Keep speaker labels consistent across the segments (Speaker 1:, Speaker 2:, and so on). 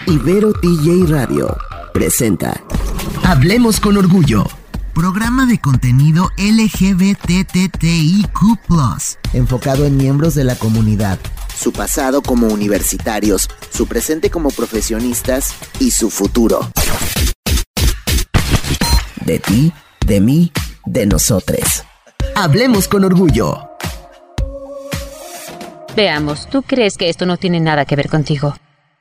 Speaker 1: Ibero TJ Radio presenta Hablemos con Orgullo, programa de contenido LGBTTIQ+, enfocado en miembros de la comunidad, su pasado como universitarios, su presente como profesionistas y su futuro. De ti, de mí, de nosotres. Hablemos con Orgullo.
Speaker 2: Veamos, ¿tú crees que esto no tiene nada que ver contigo?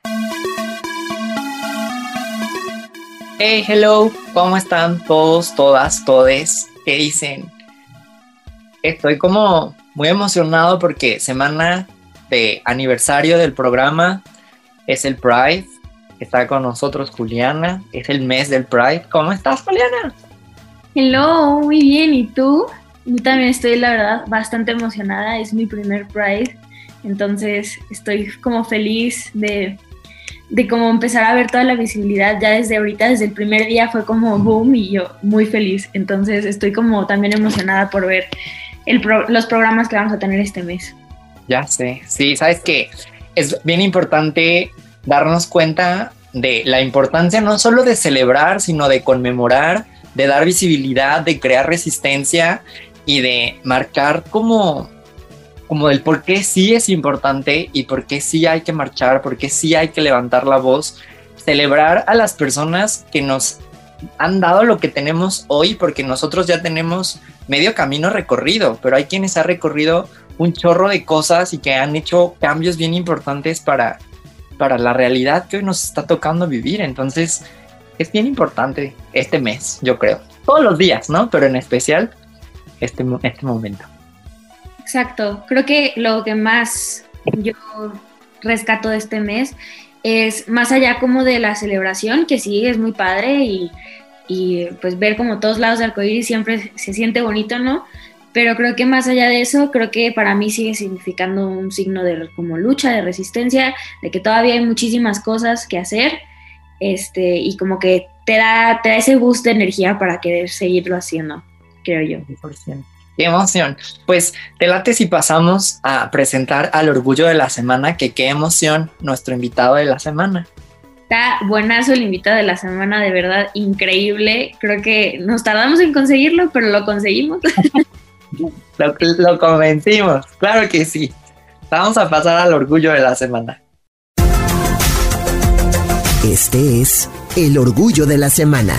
Speaker 3: Hey, hello, ¿cómo están todos, todas, todes? ¿Qué dicen? Estoy como muy emocionado porque semana de aniversario del programa es el Pride. Está con nosotros Juliana, es el mes del Pride. ¿Cómo estás, Juliana?
Speaker 4: Hello, muy bien, ¿y tú? Yo también estoy, la verdad, bastante emocionada, es mi primer Pride, entonces estoy como feliz de como empezar a ver toda la visibilidad ya desde ahorita, desde el primer día fue como boom y yo muy feliz, entonces estoy como también emocionada por ver los programas que vamos a tener este mes.
Speaker 3: Ya sé, sí, sabes que es bien importante darnos cuenta de la importancia no solo de celebrar, sino de conmemorar, de dar visibilidad, de crear resistencia y de marcar como del por qué sí es importante y por qué sí hay que marchar, por qué sí hay que levantar la voz, celebrar a las personas que nos han dado lo que tenemos hoy, porque nosotros ya tenemos medio camino recorrido, pero hay quienes han recorrido un chorro de cosas y que han hecho cambios bien importantes para la realidad que hoy nos está tocando vivir. Entonces es bien importante este mes, yo creo. Todos los días, ¿no? Pero en especial este momento.
Speaker 4: Exacto, creo que lo que más yo rescato de este mes es más allá como de la celebración, que sí es muy padre y pues ver como todos lados de arcoíris siempre se siente bonito, ¿no? Pero creo que más allá de eso, creo que para mí sigue significando un signo de como lucha, de resistencia, de que todavía hay muchísimas cosas que hacer, y como que te da ese boost de energía para querer seguirlo haciendo, creo yo.
Speaker 3: 100%. ¡Qué emoción! Pues te late si pasamos a presentar al orgullo de la semana, que qué emoción, nuestro invitado de la semana.
Speaker 4: Está buenazo el invitado de la semana, de verdad, increíble. Creo que nos tardamos en conseguirlo, pero lo conseguimos.
Speaker 3: Lo convencimos, claro que sí. Vamos a pasar al orgullo de la semana.
Speaker 1: Este es el orgullo de la semana.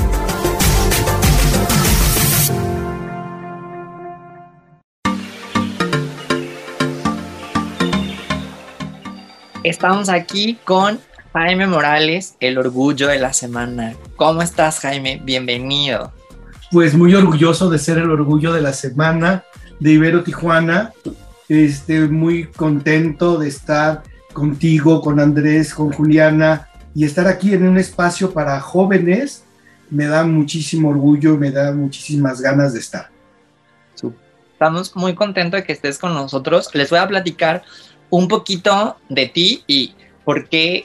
Speaker 3: Estamos aquí con Jaime Morales, el orgullo de la semana. ¿Cómo estás, Jaime? Bienvenido.
Speaker 5: Pues muy orgulloso de ser el orgullo de la semana de Ibero Tijuana. Muy contento de estar contigo, con Andrés, con Juliana y estar aquí en un espacio para jóvenes. Me da muchísimo orgullo, me da muchísimas ganas de estar.
Speaker 3: Estamos muy contentos de que estés con nosotros. Les voy a platicar un poquito de ti y por qué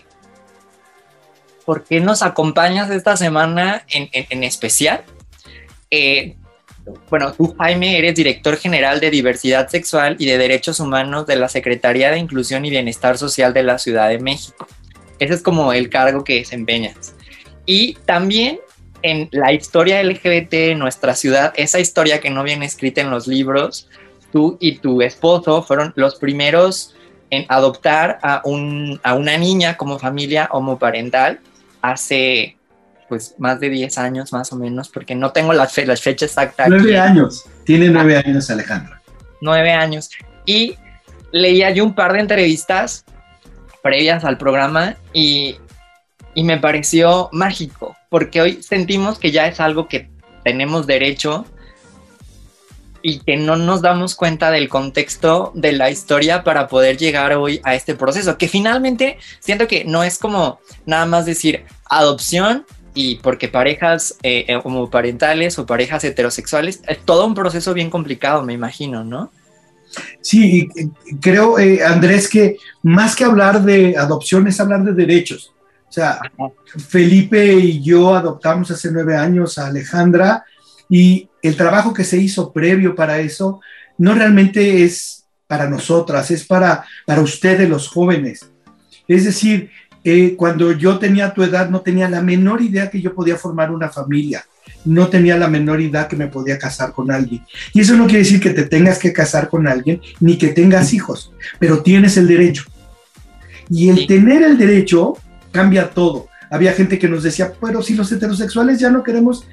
Speaker 3: nos acompañas esta semana en especial. Bueno, tú, Jaime, eres director general de Diversidad Sexual y de Derechos Humanos de la Secretaría de Inclusión y Bienestar Social de la Ciudad de México. Ese es como el cargo que desempeñas. Y también en la historia LGBT de nuestra ciudad, esa historia que no viene escrita en los libros, tú y tu esposo fueron los primeros en adoptar a una niña como familia homoparental hace pues más de 10 años más o menos, porque no tengo la fecha exacta.
Speaker 5: 9 años, tiene 9 años Alejandra.
Speaker 3: 9 años. Y leía yo un par de entrevistas previas al programa y me pareció mágico, porque hoy sentimos que ya es algo que tenemos derecho y que no nos damos cuenta del contexto de la historia para poder llegar hoy a este proceso, que finalmente siento que no es como nada más decir adopción y porque parejas homoparentales o parejas heterosexuales, es todo un proceso bien complicado, me imagino, ¿no?
Speaker 5: Sí, creo, Andrés, que más que hablar de adopción es hablar de derechos. O sea, Felipe y yo adoptamos hace 9 años a Alejandra y el trabajo que se hizo previo para eso no realmente es para nosotras, es para ustedes los jóvenes. Es decir, cuando yo tenía tu edad no tenía la menor idea que yo podía formar una familia, no tenía la menor idea que me podía casar con alguien. Y eso no quiere decir que te tengas que casar con alguien ni que tengas hijos, pero tienes el derecho. Y el tener el derecho cambia todo. Había gente que nos decía, pero si los heterosexuales ya no queremos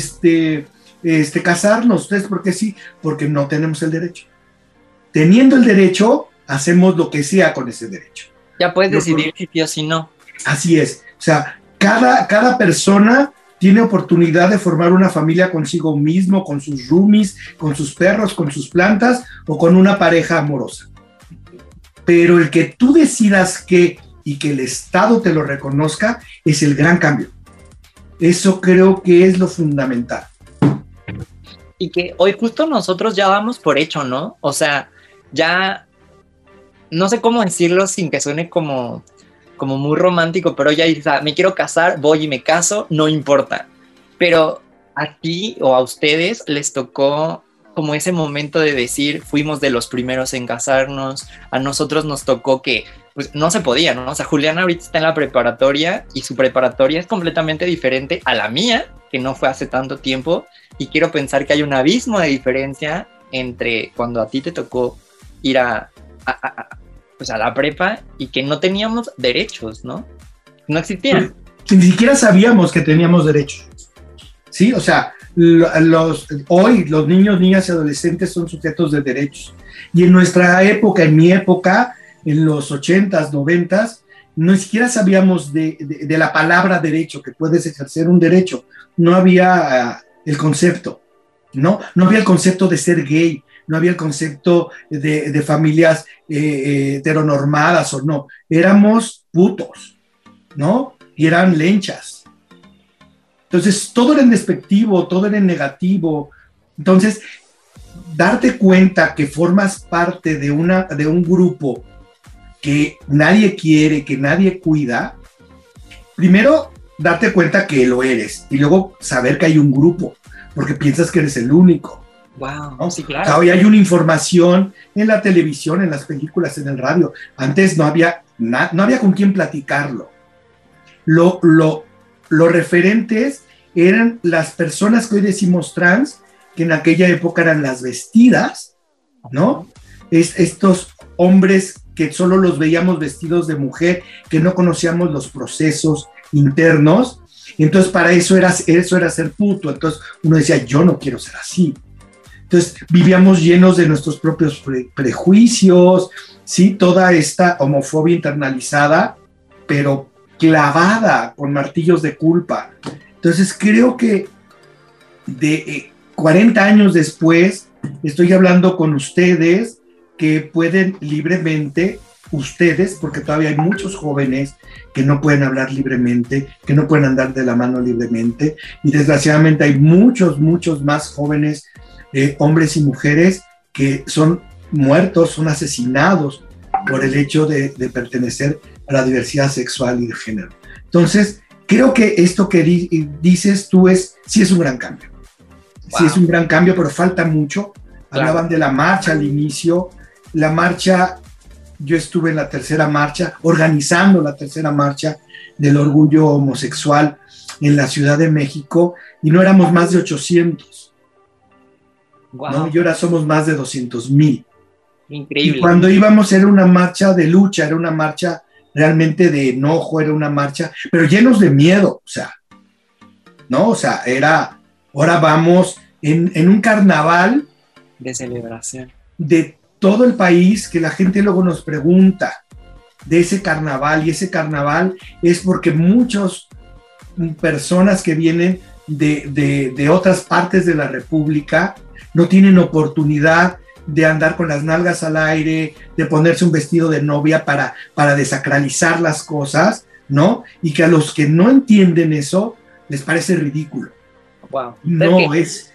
Speaker 5: casarnos, ¿ustedes por qué sí? Porque no tenemos el derecho. Teniendo el derecho, hacemos lo que sea con ese derecho.
Speaker 3: Ya puedes decidir si sí o si no.
Speaker 5: Así es. O sea, cada persona tiene oportunidad de formar una familia consigo mismo, con sus roomies, con sus perros, con sus plantas o con una pareja amorosa. Pero el que tú decidas qué y que el Estado te lo reconozca es el gran cambio. Eso creo que es lo fundamental.
Speaker 3: Y que hoy justo nosotros ya damos por hecho, ¿no? O sea, ya no sé cómo decirlo sin que suene como muy romántico, pero ya dices, me quiero casar, voy y me caso, no importa. Pero a ti o a ustedes les tocó como ese momento de decir, fuimos de los primeros en casarnos, a nosotros nos tocó que pues no se podía, ¿no? O sea, Juliana ahorita está en la preparatoria y su preparatoria es completamente diferente a la mía, que no fue hace tanto tiempo, y quiero pensar que hay un abismo de diferencia entre cuando a ti te tocó ir a la prepa y que no teníamos derechos, ¿no? No existían.
Speaker 5: Ni siquiera sabíamos que teníamos derechos. Sí, o sea, hoy los niños, niñas y adolescentes son sujetos de derechos. Y en nuestra época, en mi época, en los 80s, 90s, no siquiera sabíamos de la palabra derecho, que puedes ejercer un derecho. No había el concepto, ¿no? No había el concepto de ser gay, no había el concepto de familias heteronormadas o no. Éramos putos, ¿no? Y eran lenchas. Entonces, todo era en despectivo, todo era en negativo. Entonces, darte cuenta que formas parte de un grupo que nadie quiere, que nadie cuida, primero, darte cuenta que lo eres y luego saber que hay un grupo, porque piensas que eres el único.
Speaker 3: Wow,
Speaker 5: ¿no?
Speaker 3: sí, claro.
Speaker 5: O sea, hoy hay una información en la televisión, en las películas, en el radio. Antes no había con quién platicarlo. Lo referentes eran las personas que hoy decimos trans, que en aquella época eran las vestidas, ¿no? Estos hombres que solo los veíamos vestidos de mujer, que no conocíamos los procesos internos. Entonces, para eso era ser puto. Entonces, uno decía, yo no quiero ser así. Entonces, vivíamos llenos de nuestros propios prejuicios, ¿sí? Toda esta homofobia internalizada, pero clavada con martillos de culpa. Entonces, creo que de 40 años después, estoy hablando con ustedes que pueden libremente, ustedes, porque todavía hay muchos jóvenes que no pueden hablar libremente, que no pueden andar de la mano libremente, y desgraciadamente hay muchos más jóvenes, hombres y mujeres, que son muertos, son asesinados por el hecho de pertenecer a la diversidad sexual y de género. Entonces, creo que esto que dices tú sí es un gran cambio. Wow. Sí es un gran cambio, pero falta mucho. Claro. Hablaban de la marcha al inicio. La marcha, yo estuve en la tercera marcha, organizando la tercera marcha del orgullo homosexual en la Ciudad de México, y no éramos más de 800. Wow. ¿No? Y ahora somos más de 200,000.
Speaker 3: Increíble.
Speaker 5: Y cuando íbamos era una marcha de lucha, era una marcha realmente de enojo, era una marcha, pero llenos de miedo, o sea, ¿no? O sea, ahora vamos en un carnaval
Speaker 3: de celebración
Speaker 5: de todo el país, que la gente luego nos pregunta de ese carnaval, y ese carnaval es porque muchas personas que vienen de otras partes de la República no tienen oportunidad de andar con las nalgas al aire, de ponerse un vestido de novia para desacralizar las cosas, ¿no? Y que a los que no entienden eso les parece ridículo.
Speaker 3: Wow.
Speaker 5: No, es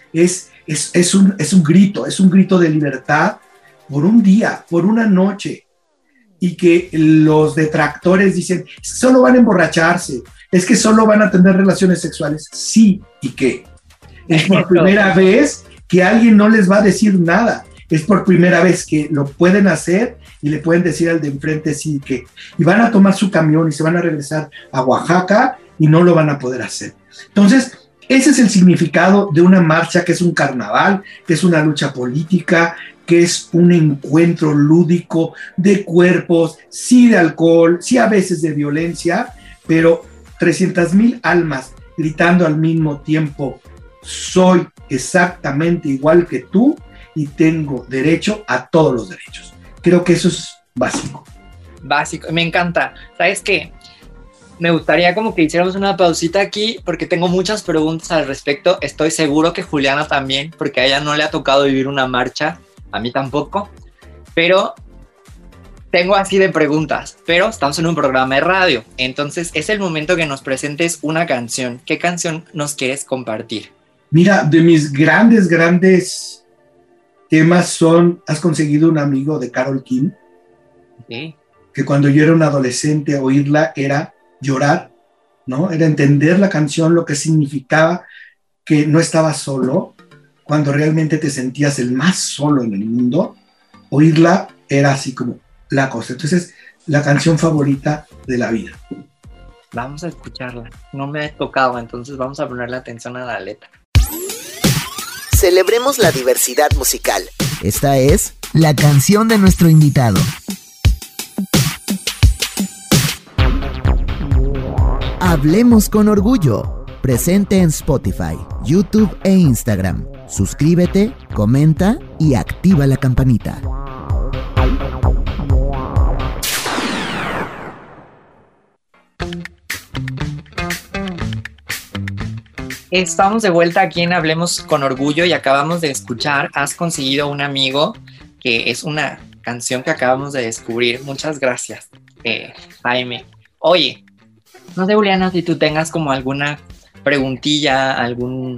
Speaker 5: un grito de libertad por un día, por una noche, y que los detractores dicen, solo van a emborracharse, es que solo van a tener relaciones sexuales. Sí, ¿y qué? Es por primera vez que alguien no les va a decir nada. Es por primera vez que lo pueden hacer y le pueden decir al de enfrente sí que, y van a tomar su camión y se van a regresar a Oaxaca y no lo van a poder hacer. Entonces, ese es el significado de una marcha que es un carnaval, que es una lucha política, que es un encuentro lúdico de cuerpos, sí de alcohol, sí a veces de violencia, pero 300,000 almas gritando al mismo tiempo, soy exactamente igual que tú y tengo derecho a todos los derechos. Creo que eso es básico.
Speaker 3: Básico, me encanta. ¿Sabes qué? Me gustaría como que hiciéramos una pausita aquí porque tengo muchas preguntas al respecto. Estoy seguro que Juliana también, porque a ella no le ha tocado vivir una marcha, a mí tampoco, pero tengo así de preguntas, pero estamos en un programa de radio, entonces es el momento que nos presentes una canción. ¿Qué canción nos quieres compartir?
Speaker 5: Mira, de mis grandes temas son Has conseguido un amigo de Carole King,
Speaker 3: Sí.
Speaker 5: que cuando yo era un adolescente oírla era llorar, ¿no? Era entender la canción, lo que significaba que no estabas solo, cuando realmente te sentías el más solo en el mundo, oírla era así como la cosa. Entonces, la canción favorita de la vida.
Speaker 3: Vamos a escucharla. No me ha tocado, entonces vamos a ponerle atención a la letra.
Speaker 1: Celebremos la diversidad musical. Esta es la canción de nuestro invitado. Hablemos con orgullo. Presente en Spotify, YouTube e Instagram. Suscríbete, comenta y activa la campanita.
Speaker 3: Estamos de vuelta aquí en Hablemos con Orgullo y acabamos de escuchar Has conseguido un amigo, que es una canción que acabamos de descubrir. Muchas gracias, Jaime. Oye, no sé, Juliana, si tú tengas como alguna preguntilla, algo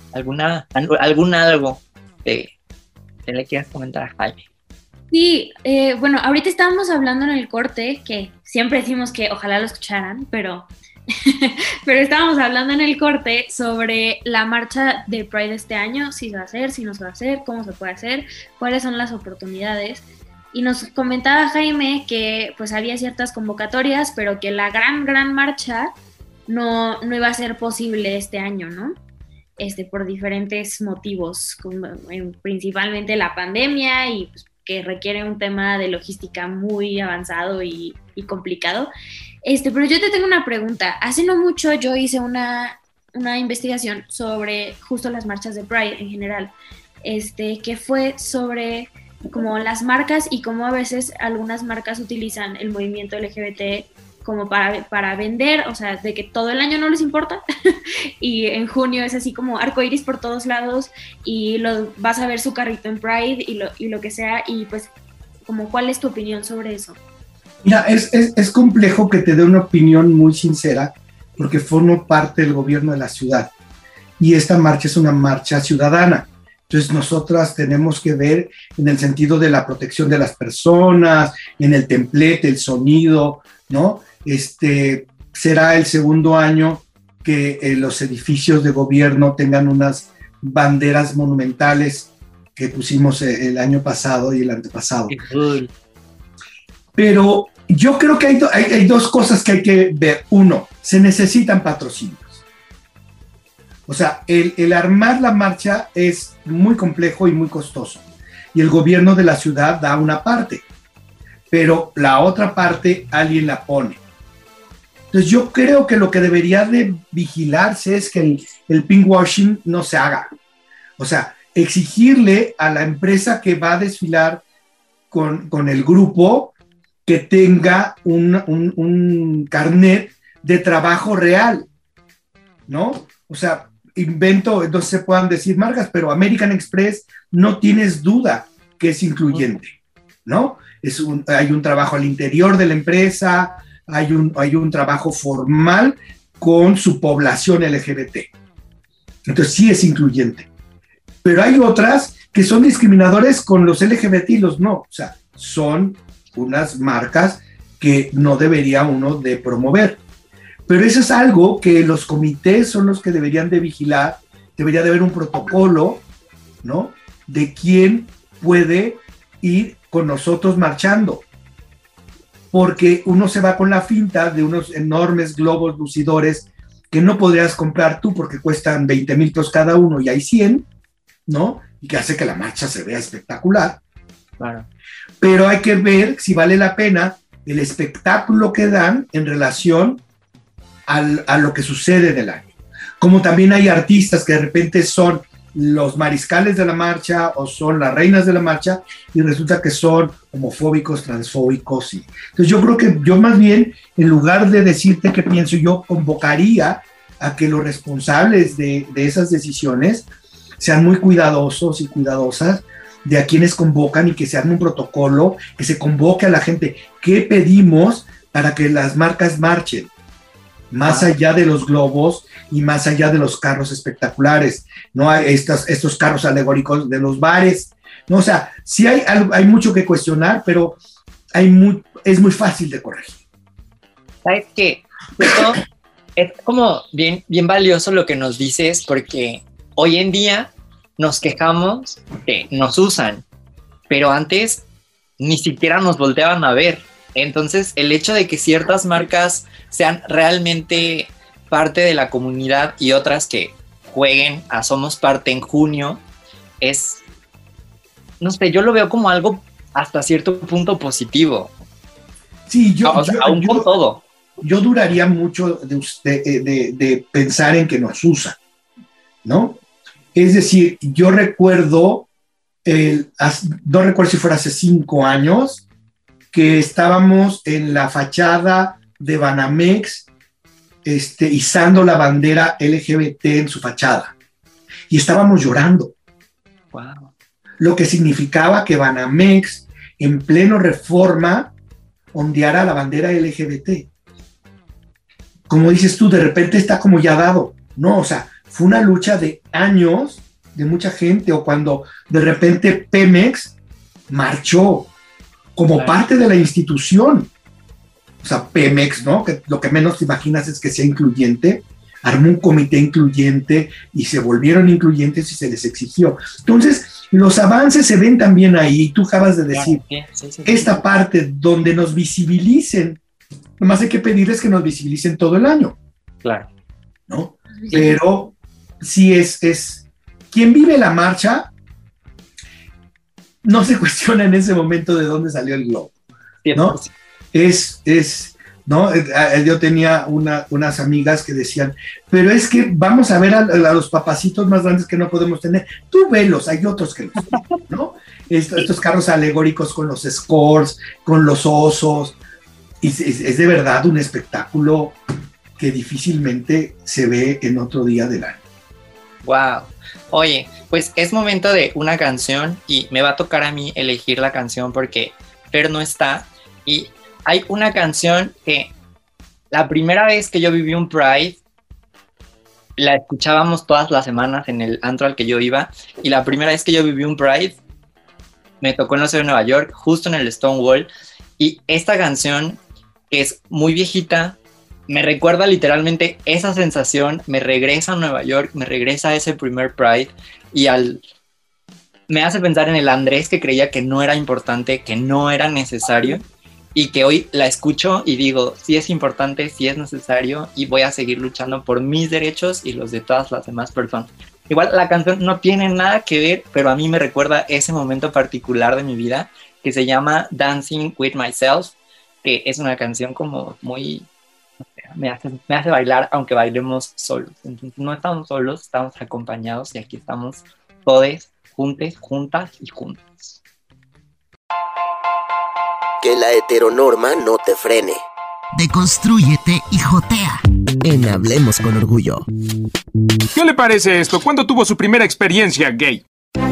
Speaker 3: que le quieras comentar a Jaime.
Speaker 4: Sí, bueno, ahorita estábamos hablando en el corte, que siempre decimos que ojalá lo escucharan, pero estábamos hablando en el corte sobre la marcha de Pride este año, si se va a hacer, si no se va a hacer, cómo se puede hacer, cuáles son las oportunidades. Y nos comentaba Jaime que pues había ciertas convocatorias, pero que la gran marcha no iba a ser posible este año, ¿no? Por diferentes motivos, como, principalmente la pandemia y pues, que requiere un tema de logística muy avanzado y complicado. Pero yo te tengo una pregunta. Hace no mucho yo hice una investigación sobre justo las marchas de Pride en general, que fue sobre como las marcas y cómo a veces algunas marcas utilizan el movimiento LGBT como para vender, o sea, de que todo el año no les importa y en junio es así como arcoiris por todos lados y vas a ver su carrito en Pride y lo que sea, y pues como ¿cuál es tu opinión sobre eso?
Speaker 5: Mira, es complejo que te dé una opinión muy sincera porque formo parte del gobierno de la ciudad y esta marcha es una marcha ciudadana. Entonces nosotras tenemos que ver en el sentido de la protección de las personas, en el templete, el sonido, ¿no? Será el segundo año que los edificios de gobierno tengan unas banderas monumentales que pusimos el año pasado y el antepasado. Pero yo creo que hay dos cosas que hay que ver. Uno, se necesitan patrocinios. O sea, el armar la marcha es muy complejo y muy costoso. Y el gobierno de la ciudad da una parte, pero la otra parte alguien la pone. Entonces yo creo que lo que debería de vigilarse es que el pinkwashing no se haga. O sea, exigirle a la empresa que va a desfilar con el grupo que tenga un carnet de trabajo real, ¿no? O sea, no se puedan decir marcas, pero American Express no tienes duda que es incluyente, ¿no? Hay un trabajo al interior de la empresa, hay un trabajo formal con su población LGBT. Entonces sí es incluyente. Pero hay otras que son discriminadores con los LGBT y los no. O sea, son unas marcas que no debería uno de promover. Pero eso es algo que los comités son los que deberían de vigilar. Debería de haber un protocolo, ¿no? De quién puede ir con nosotros marchando. porque uno se va con la finta de unos enormes globos lucidores que no podrías comprar tú porque cuestan 20,000 pesos cada uno y hay 100, ¿no? Y que hace que la marcha se vea espectacular.
Speaker 3: Claro.
Speaker 5: Pero hay que ver si vale la pena el espectáculo que dan en relación a lo que sucede en el año. Como también hay artistas que de repente son los mariscales de la marcha o son las reinas de la marcha y resulta que son homofóbicos, transfóbicos. Entonces yo creo que yo más bien, en lugar de decirte qué pienso, yo convocaría a que los responsables de esas decisiones sean muy cuidadosos y cuidadosas de a quienes convocan y que se arme un protocolo, que se convoque a la gente. ¿Qué pedimos para que las marcas marchen? Más allá de los globos y más allá de los carros espectaculares, no hay estos carros alegóricos de los bares, no, o sea, sí hay mucho que cuestionar, pero es muy fácil de corregir.
Speaker 3: ¿Sabes qué? Esto es como bien valioso lo que nos dices, porque hoy en día nos quejamos que nos usan, pero antes ni siquiera nos volteaban a ver. Entonces, el hecho de que ciertas marcas sean realmente parte de la comunidad y otras que jueguen a Somos Parte en junio es, no sé, yo lo veo como algo hasta cierto punto positivo.
Speaker 5: Sí,
Speaker 3: aún con todo.
Speaker 5: Yo duraría mucho de pensar en que nos usan, ¿no? Es decir, yo recuerdo, no recuerdo si fuera hace 5 años, que estábamos en la fachada de Banamex izando la bandera LGBT en su fachada y estábamos llorando.
Speaker 3: Wow.
Speaker 5: Lo que significaba que Banamex en pleno Reforma ondeara la bandera LGBT. Como dices tú, de repente está como ya dado, ¿no? O sea, fue una lucha de años de mucha gente, o cuando de repente Pemex marchó como parte de la institución. O sea, Pemex, ¿no? Que lo que menos te imaginas es que sea incluyente, armó un comité incluyente y se volvieron incluyentes y se les exigió. Entonces, los avances se ven también ahí, y tú acabas de decir, sí. Esta parte donde nos visibilicen, nomás hay que pedirles que nos visibilicen todo el año.
Speaker 3: Claro.
Speaker 5: ¿No? Pero sí es quien vive la marcha no se cuestiona en ese momento de dónde salió el globo, ¿no? ¿No? Yo tenía unas amigas que decían, pero es que vamos a ver a los papacitos más grandes que no podemos tener. Tú velos, hay otros que los tienen, ¿no? Estos carros alegóricos con los scores, con los osos. Y es de verdad un espectáculo que difícilmente se ve en otro día del año.
Speaker 3: Wow. Oye, pues es momento de una canción y me va a tocar a mí elegir la canción porque Fer no está. Y hay una canción que la primera vez que yo viví un Pride, la escuchábamos todas las semanas en el antro al que yo iba, y la primera vez que yo viví un Pride, me tocó en la ciudad de Nueva York, justo en el Stonewall, y esta canción, que es muy viejita, me recuerda literalmente esa sensación, me regresa a Nueva York, me regresa a ese primer Pride, y me hace pensar en el Andrés que creía que no era importante, que no era necesario, y que hoy la escucho y digo, sí es importante, sí es necesario, y voy a seguir luchando por mis derechos y los de todas las demás personas. Igual la canción no tiene nada que ver, pero a mí me recuerda ese momento particular de mi vida, que se llama Dancing with Myself, que es una canción como muy... Me hace bailar, aunque bailemos solos. Entonces no estamos solos, estamos acompañados, y aquí estamos todos, juntes, juntas y juntos.
Speaker 1: Que la heteronorma no te frene. Deconstrúyete y jotea en Hablemos con Orgullo.
Speaker 6: ¿Qué le parece esto? ¿Cuándo tuvo su primera experiencia gay?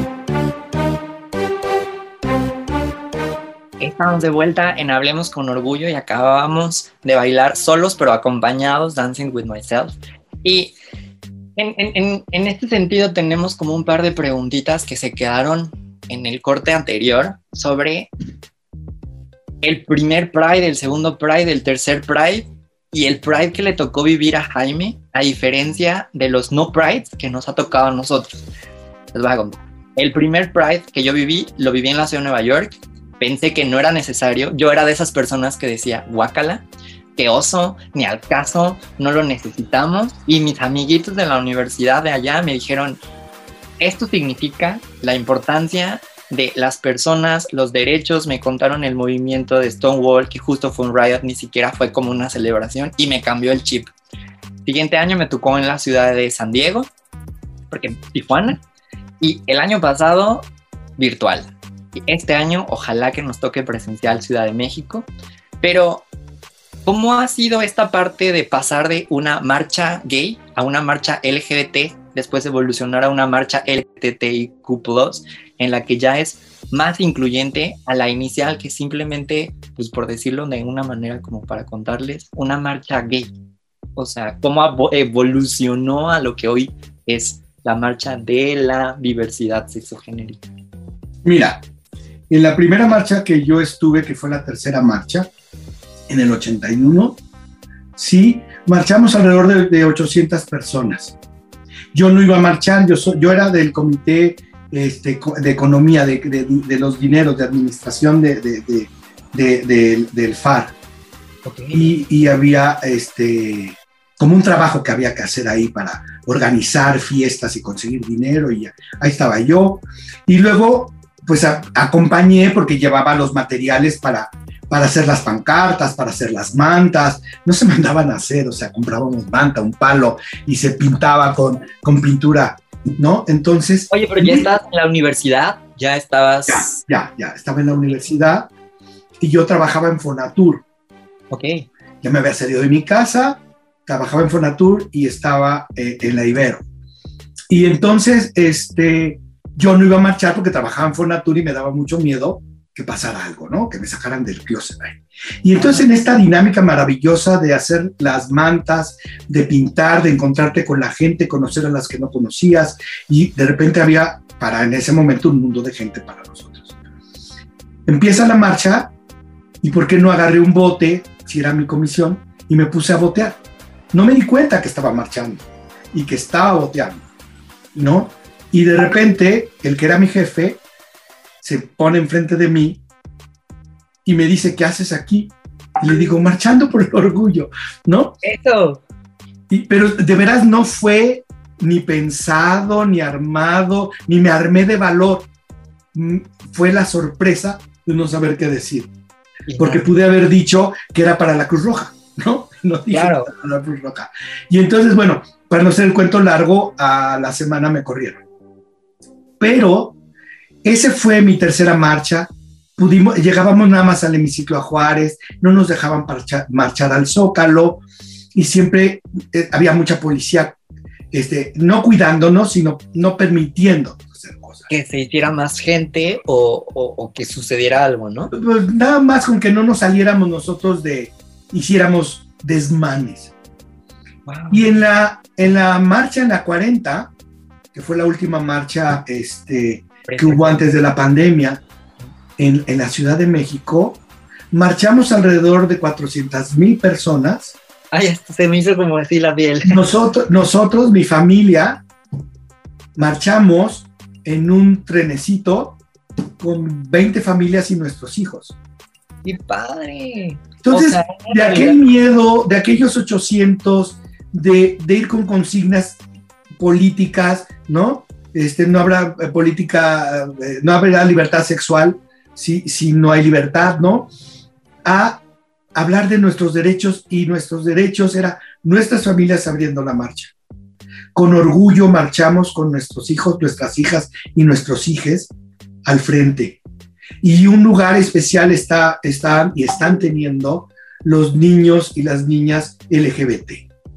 Speaker 3: Estamos de vuelta en Hablemos con Orgullo y acabamos de bailar solos pero acompañados, Dancing with Myself. Y en este sentido tenemos como un par de preguntitas que se quedaron en el corte anterior sobre el primer Pride, el segundo Pride, el tercer Pride y el Pride que le tocó vivir a Jaime, a diferencia de los no Prides que nos ha tocado a nosotros. Les voy a contar. El primer Pride que yo viví, lo viví en la ciudad de Nueva York. pensé que no era necesario. Yo era de esas personas que decía, guácala, qué oso, ni al caso, no lo necesitamos. Y mis amiguitos de la universidad de allá me dijeron, esto significa la importancia de las personas, los derechos. Me contaron el movimiento de Stonewall, que justo fue un riot, ni siquiera fue como una celebración, y me cambió el chip. Siguiente año me tocó en la ciudad de San Diego, porque en Tijuana, y el año pasado virtual. Y este año ojalá que nos toque presencial Ciudad de México. Pero ¿cómo ha sido esta parte de pasar de una marcha gay a una marcha LGBT, después evolucionar a una marcha LGBTIQ+, en la que ya es más incluyente a la inicial, que simplemente, pues por decirlo de una manera como para contarles, una marcha gay? O sea, ¿cómo evolucionó a lo que hoy es la marcha de la diversidad sexogenérica?
Speaker 5: Mira, en la primera marcha que yo estuve, que fue la tercera marcha, en el 81, sí, marchamos alrededor de 800 personas. Yo no iba a marchar, yo era del comité de economía, de los dineros, de administración del FAR. Okay. Y había como un trabajo que había que hacer ahí para organizar fiestas y conseguir dinero, y ahí estaba yo. Y luego, pues acompañé porque llevaba los materiales para hacer las pancartas, para hacer las mantas. No se mandaban a hacer, o sea, comprábamos manta, un palo, y se pintaba con pintura, ¿no? Entonces... Oye,
Speaker 3: pero ya estabas en la universidad, ya estabas...
Speaker 5: Ya, estaba en la universidad, y yo trabajaba en Fonatur.
Speaker 3: Ok.
Speaker 5: Ya me había salido de mi casa, trabajaba en Fonatur y estaba en la Ibero. Y entonces, yo no iba a marchar porque trabajaba en Fonatur y me daba mucho miedo que pasara algo, ¿no? Que me sacaran del closet ahí. Y entonces en esta dinámica maravillosa de hacer las mantas, de pintar, de encontrarte con la gente, conocer a las que no conocías, y de repente había, en ese momento, un mundo de gente para nosotros. Empieza la marcha, y ¿por qué no agarré un bote, si era mi comisión, y me puse a botear? No me di cuenta que estaba marchando y que estaba boteando, ¿no? Y de repente, el que era mi jefe se pone enfrente de mí y me dice, ¿qué haces aquí? Y le digo, marchando por el orgullo, ¿no?
Speaker 3: Eso.
Speaker 5: Pero de veras no fue ni pensado, ni armado, ni me armé de valor. Fue la sorpresa de no saber qué decir. Porque pude haber dicho que era para la Cruz Roja, ¿no? No dije
Speaker 3: claro.
Speaker 5: Para la Cruz Roja. Y entonces, bueno, para no hacer el cuento largo, a la semana me corrieron. Pero esa fue mi tercera marcha. Llegábamos nada más al hemiciclo a Juárez, no nos dejaban marchar al Zócalo, y siempre había mucha policía, no cuidándonos, sino no permitiendo hacer cosas.
Speaker 3: Que se hiciera más gente o que sucediera algo, ¿no?
Speaker 5: Pues nada más con que no nos saliéramos nosotros hiciéramos desmanes. Wow. Y en la marcha, en la 40, que fue la última marcha que hubo antes de la pandemia, en la Ciudad de México, marchamos alrededor de 400,000 personas.
Speaker 3: Ay, esto se me hizo como así la piel.
Speaker 5: Nosotros, mi familia, marchamos en un trenecito con 20 familias y nuestros hijos.
Speaker 3: ¡Qué padre!
Speaker 5: Entonces, de aquel miedo, de aquellos 800, de ir con consignas políticas, ¿no? No habrá política, no habrá libertad sexual si no hay libertad, ¿no? A hablar de nuestros derechos, y nuestros derechos era nuestras familias abriendo la marcha. Con orgullo marchamos con nuestros hijos, nuestras hijas y nuestros hijes al frente. Y un lugar especial están teniendo los niños y las niñas LGBT.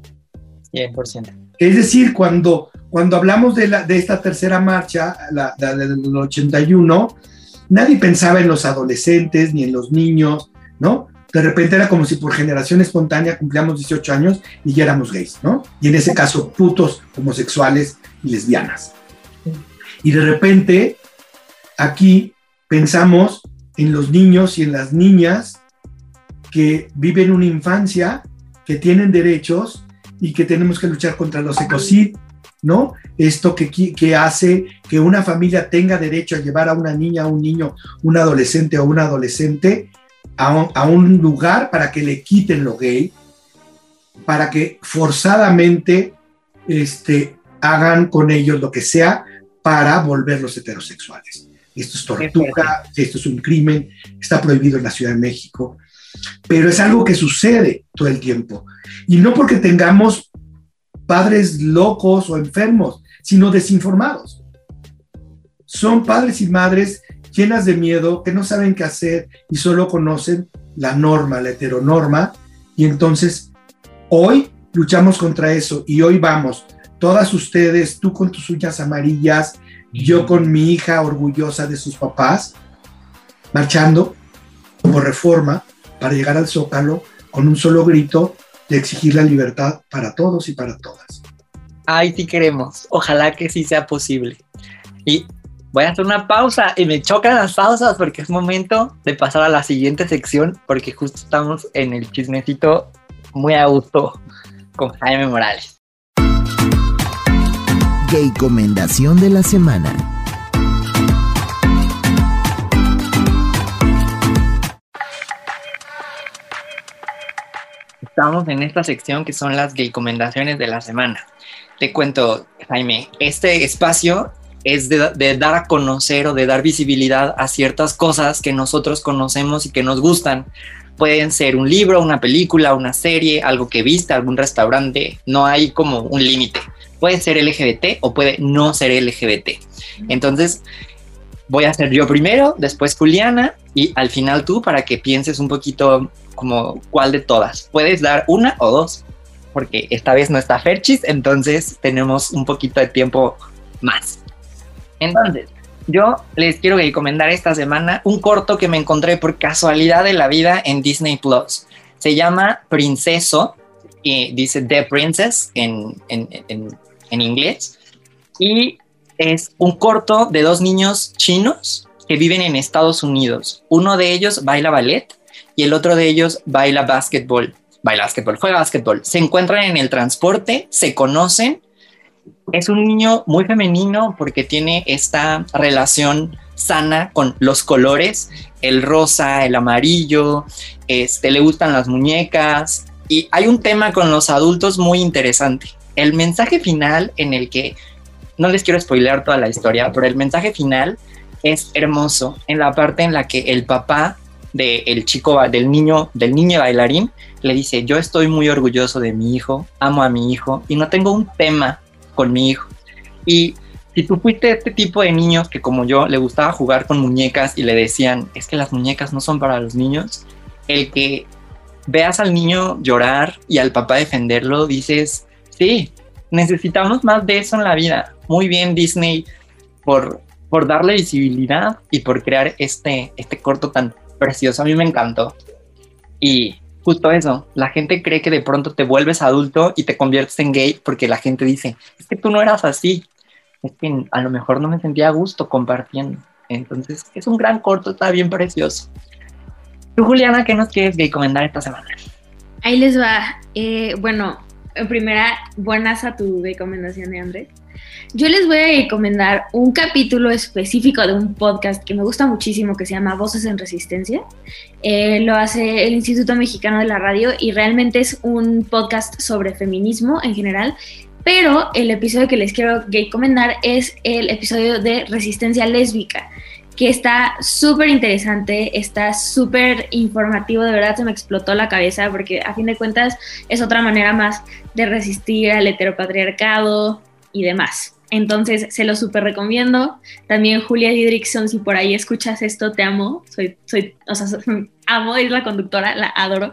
Speaker 3: 100%.
Speaker 5: Es decir, cuando hablamos de esta tercera marcha, del 81, nadie pensaba en los adolescentes ni en los niños, ¿no? De repente era como si por generación espontánea cumplíamos 18 años y ya éramos gays, ¿no? Y en ese caso, putos, homosexuales y lesbianas. Y de repente, aquí pensamos en los niños y en las niñas que viven una infancia, que tienen derechos y que tenemos que luchar contra los ecocid, ¿no? Esto que hace que una familia tenga derecho a llevar a una niña, a un niño, un adolescente o una adolescente a un lugar para que le quiten lo gay, para que forzadamente hagan con ellos lo que sea para volverlos heterosexuales. Esto es tortura, esto es un crimen, está prohibido en la Ciudad de México, pero es algo que sucede todo el tiempo. Y no porque tengamos padres locos o enfermos, sino desinformados. Son padres y madres llenas de miedo, que no saben qué hacer y solo conocen la norma, la heteronorma, y entonces hoy luchamos contra eso y hoy vamos, todas ustedes, tú con tus uñas amarillas, yo con mi hija orgullosa de sus papás, marchando como Reforma para llegar al Zócalo con un solo grito de exigir la libertad para todos y para todas.
Speaker 3: Ay, sí queremos. Ojalá que sí sea posible. Y voy a hacer una pausa y me chocan las pausas porque es momento de pasar a la siguiente sección porque justo estamos en el chismecito muy a gusto con Jaime Morales.
Speaker 1: Gaycomendación de la semana.
Speaker 3: Estamos en esta sección que son las gaycomendaciones de la semana. Te cuento, Jaime, este espacio es de dar a conocer o de dar visibilidad a ciertas cosas que nosotros conocemos y que nos gustan. Pueden ser un libro, una película, una serie, algo que viste, algún restaurante. No hay como un límite. Puede ser LGBT o puede no ser LGBT. Entonces, voy a hacer yo primero, después Juliana y al final tú para que pienses un poquito como cuál de todas. Puedes dar una o dos, porque esta vez no está Ferchis, entonces tenemos un poquito de tiempo más. Entonces, yo les quiero recomendar esta semana un corto que me encontré por casualidad de la vida en Disney Plus. Se llama Princeso, y dice The Princess en inglés, y es un corto de dos niños chinos que viven en Estados Unidos. Uno de ellos baila ballet y el otro de ellos juega básquetbol. Se encuentran en el transporte, se conocen. Es un niño muy femenino porque tiene esta relación sana con los colores, el rosa, el amarillo, le gustan las muñecas y hay un tema con los adultos muy interesante. El mensaje final en el que, no les quiero spoilear toda la historia, pero el mensaje final es hermoso en la parte en la que el papá del niño bailarín le dice: yo estoy muy orgulloso de mi hijo, amo a mi hijo y no tengo un tema con mi hijo. Y si tú fuiste este tipo de niños que como yo le gustaba jugar con muñecas y le decían es que las muñecas no son para los niños, el que veas al niño llorar y al papá defenderlo, dices sí, necesitamos más de eso en la vida. Muy bien Disney por darle visibilidad y por crear este corto tan precioso. A mí me encantó. Y justo eso, la gente cree que de pronto te vuelves adulto y te conviertes en gay porque la gente dice, es que tú no eras así, es que a lo mejor no me sentía a gusto compartiendo. Entonces es un gran corto, está bien precioso. Tú, Juliana, ¿qué nos quieres recomendar esta semana?
Speaker 4: Ahí les va. Bueno, en primera, buenas a tu recomendación de Andrés. Yo les voy a recomendar un capítulo específico de un podcast que me gusta muchísimo, que se llama Voces en Resistencia. Lo hace el Instituto Mexicano de la Radio y realmente es un podcast sobre feminismo en general, pero el episodio que les quiero recomendar es el episodio de Resistencia Lésbica, que está súper interesante, está súper informativo, de verdad se me explotó la cabeza porque a fin de cuentas es otra manera más de resistir al heteropatriarcado y demás. Entonces se lo súper recomiendo. También Julia Didrikson, si por ahí escuchas esto, te amo. Amo, es la conductora, la adoro.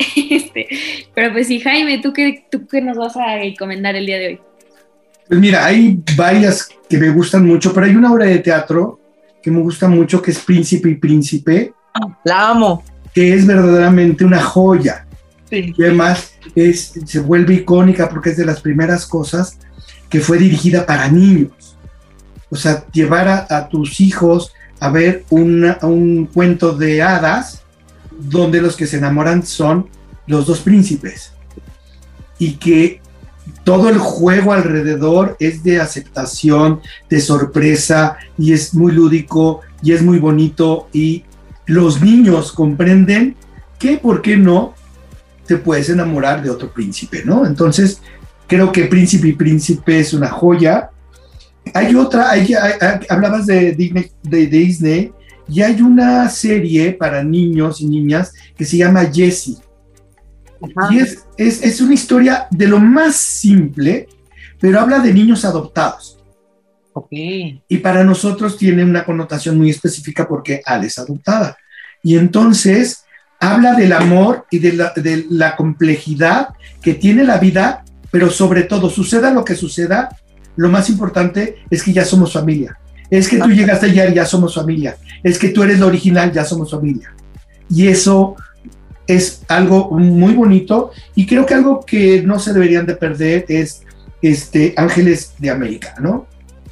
Speaker 4: Pero pues sí, Jaime, ¿tú qué nos vas a recomendar el día de hoy?
Speaker 5: Pues mira, hay varias que me gustan mucho, pero hay una obra de teatro que me gusta mucho, que es Príncipe y Príncipe.
Speaker 3: La amo.
Speaker 5: Que es verdaderamente una joya.
Speaker 3: Sí.
Speaker 5: Y además se vuelve icónica porque es de las primeras cosas que fue dirigida para niños. O sea, llevar a tus hijos a ver un cuento de hadas donde los que se enamoran son los dos príncipes. Y que todo el juego alrededor es de aceptación, de sorpresa, y es muy lúdico y es muy bonito, y los niños comprenden que, ¿por qué no?, te puedes enamorar de otro príncipe, ¿no? Entonces, creo que Príncipe y Príncipe es una joya. Hay otra, hablabas de Disney, y hay una serie para niños y niñas que se llama Jessie. Y es una historia de lo más simple, pero habla de niños adoptados. Y para nosotros tiene una connotación muy específica porque Al es adoptada. Y entonces habla del amor y de la complejidad que tiene la vida, pero sobre todo, suceda lo que suceda, lo más importante es que ya somos familia. Es que tú llegaste ayer y ya somos familia. Es que tú eres la original, ya somos familia. Y eso es algo muy bonito, y creo que algo que no se deberían de perder es Ángeles de América, ¿no?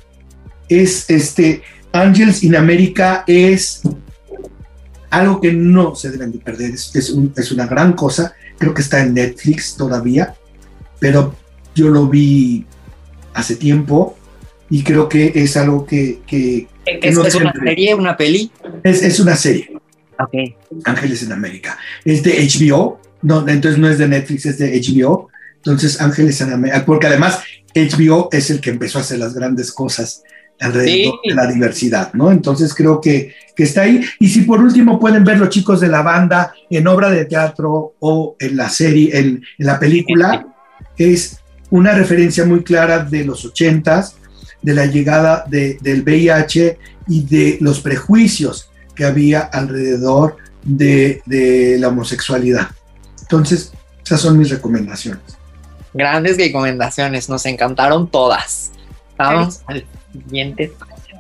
Speaker 5: Angels in America es algo que no se deben de perder, es una gran cosa. Creo que está en Netflix todavía, pero yo lo vi hace tiempo y creo que es algo que
Speaker 3: ¿Es una serie, una peli?
Speaker 5: Es una serie.
Speaker 3: Okay.
Speaker 5: Ángeles en América. Es de HBO, no, entonces no es de Netflix, es de HBO. Entonces Ángeles en América, porque además HBO es el que empezó a hacer las grandes cosas alrededor de la diversidad, ¿no? Entonces creo que está ahí. Y si por último pueden ver los chicos de la banda en obra de teatro o en la serie, en la película, es una referencia muy clara de los 80s, de la llegada del VIH y de los prejuicios que había alrededor de la homosexualidad. Entonces, esas son mis recomendaciones.
Speaker 3: Grandes recomendaciones, nos encantaron todas. Vamos al siguiente espacio.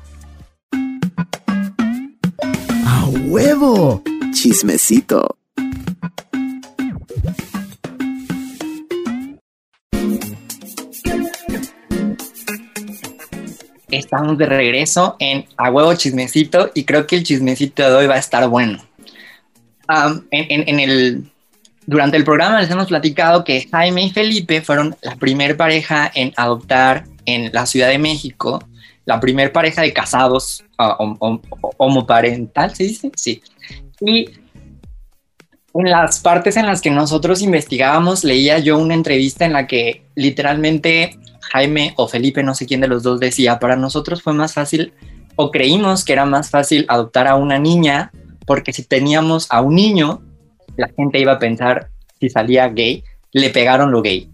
Speaker 1: ¡A huevo! Chismecito.
Speaker 3: Estamos de regreso en A Huevo Chismecito, y creo que el chismecito de hoy va a estar bueno. Durante el programa les hemos platicado que Jaime y Felipe fueron la primer pareja en adoptar en la Ciudad de México, la primer pareja de casados homoparental, ¿se dice? Sí. Y en las partes en las que nosotros investigábamos, leía yo una entrevista en la que literalmente Jaime o Felipe, no sé quién de los dos, decía: para nosotros fue más fácil, o creímos que era más fácil adoptar a una niña, porque si teníamos a un niño, la gente iba a pensar, si salía gay, le pegaron lo gay.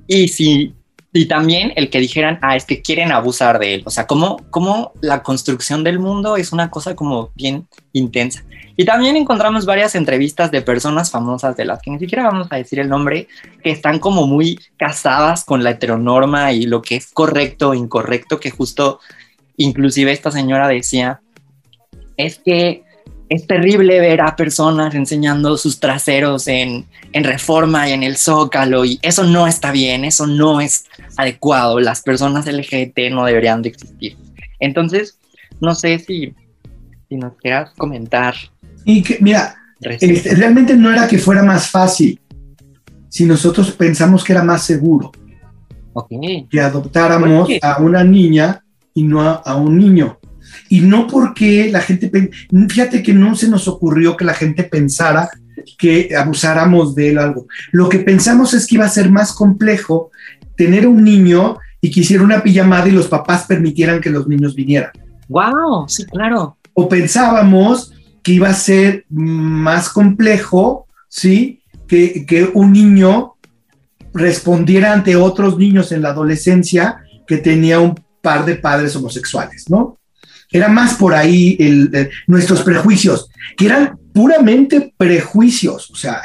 Speaker 3: Y también el que dijeran, es que quieren abusar de él. O sea, como la construcción del mundo es una cosa como bien intensa. Y también encontramos varias entrevistas de personas famosas, de las que ni siquiera vamos a decir el nombre, que están como muy casadas con la heteronorma y lo que es correcto o incorrecto, que justo inclusive esta señora decía, es que es terrible ver a personas enseñando sus traseros en Reforma y en el Zócalo, y eso no está bien, eso no es adecuado, las personas LGBT no deberían de existir. Entonces, no sé si nos quieras comentar.
Speaker 5: Y que, mira, realmente no era que fuera más fácil, si nosotros pensamos que era más seguro que adoptáramos a una niña y no a un niño. Y no porque la gente, fíjate que no se nos ocurrió que la gente pensara que abusáramos de él o algo. Lo que pensamos es que iba a ser más complejo tener un niño y que hiciera una pijamada y los papás permitieran que los niños vinieran.
Speaker 3: ¡Wow! Sí, claro.
Speaker 5: O pensábamos que iba a ser más complejo, ¿sí? Que un niño respondiera ante otros niños en la adolescencia que tenía un par de padres homosexuales, ¿no? Era más por ahí nuestros prejuicios, que eran puramente prejuicios. O sea,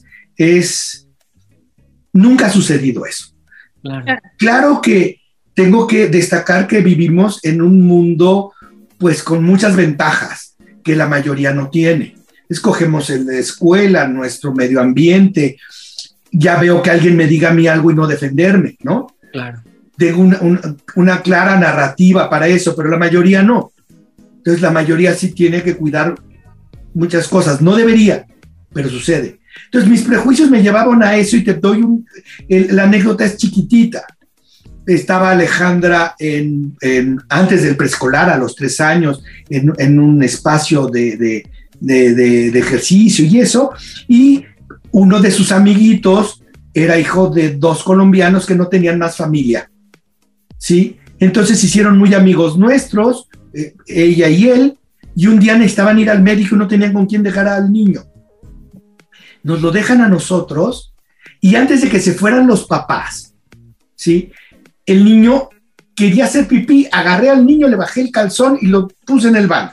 Speaker 5: nunca ha sucedido eso. Claro que tengo que destacar que vivimos en un mundo pues con muchas ventajas que la mayoría no tiene. Escogemos en la escuela, nuestro medio ambiente. Ya veo que alguien me diga a mí algo y no defenderme, ¿no?
Speaker 3: Claro.
Speaker 5: Tengo una clara narrativa para eso, pero la mayoría no. Entonces la mayoría sí tiene que cuidar muchas cosas. No debería, pero sucede. Entonces mis prejuicios me llevaban a eso y te doy la anécdota es chiquitita. Estaba Alejandra antes del preescolar, a los 3 años, en un espacio de ejercicio y eso, y uno de sus amiguitos era hijo de 2 colombianos que no tenían más familia, ¿sí? Entonces se hicieron muy amigos nuestros, ella y él, y un día necesitaban ir al médico y no tenían con quién dejar al niño. Nos lo dejan a nosotros, y antes de que se fueran los papás, ¿sí? El niño quería hacer pipí, agarré al niño, le bajé el calzón y lo puse en el baño.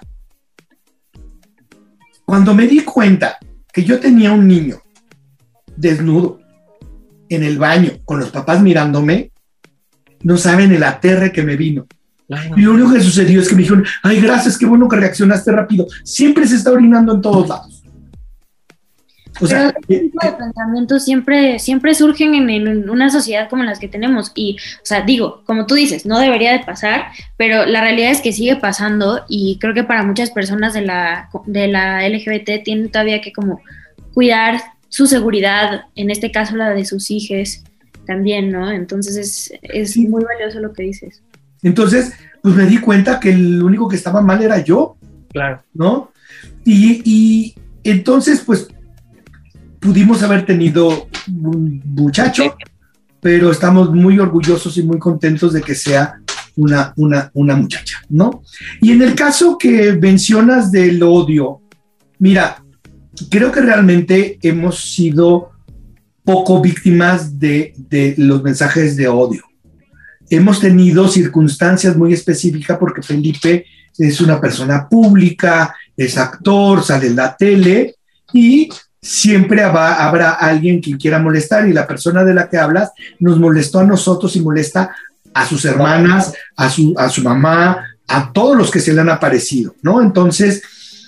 Speaker 5: Cuando me di cuenta que yo tenía un niño desnudo en el baño con los papás mirándome, no saben el aterre que me vino. Y lo único que sucedió es que me dijeron, ay, gracias, qué bueno que reaccionaste rápido. Siempre se está orinando en todos lados. O sea,
Speaker 4: este tipo de pensamientos siempre surgen en una sociedad como las que tenemos y, o sea, digo, como tú dices, no debería de pasar, pero la realidad es que sigue pasando y creo que para muchas personas de la LGBT tienen todavía que como cuidar su seguridad, en este caso la de sus hijos también, ¿no? Entonces es muy valioso lo que dices.
Speaker 5: Entonces, pues me di cuenta que el único que estaba mal era yo,
Speaker 3: Claro.
Speaker 5: ¿no? Y entonces, pues, pudimos haber tenido un muchacho, pero estamos muy orgullosos y muy contentos de que sea una muchacha, ¿no? Y en el caso que mencionas del odio, mira, creo que realmente hemos sido poco víctimas de los mensajes de odio. Hemos tenido circunstancias muy específicas porque Felipe es una persona pública, es actor, sale en la tele y siempre habrá alguien que quiera molestar y la persona de la que hablas nos molestó a nosotros y molesta a sus hermanas, a su mamá, a todos los que se le han aparecido, ¿no? Entonces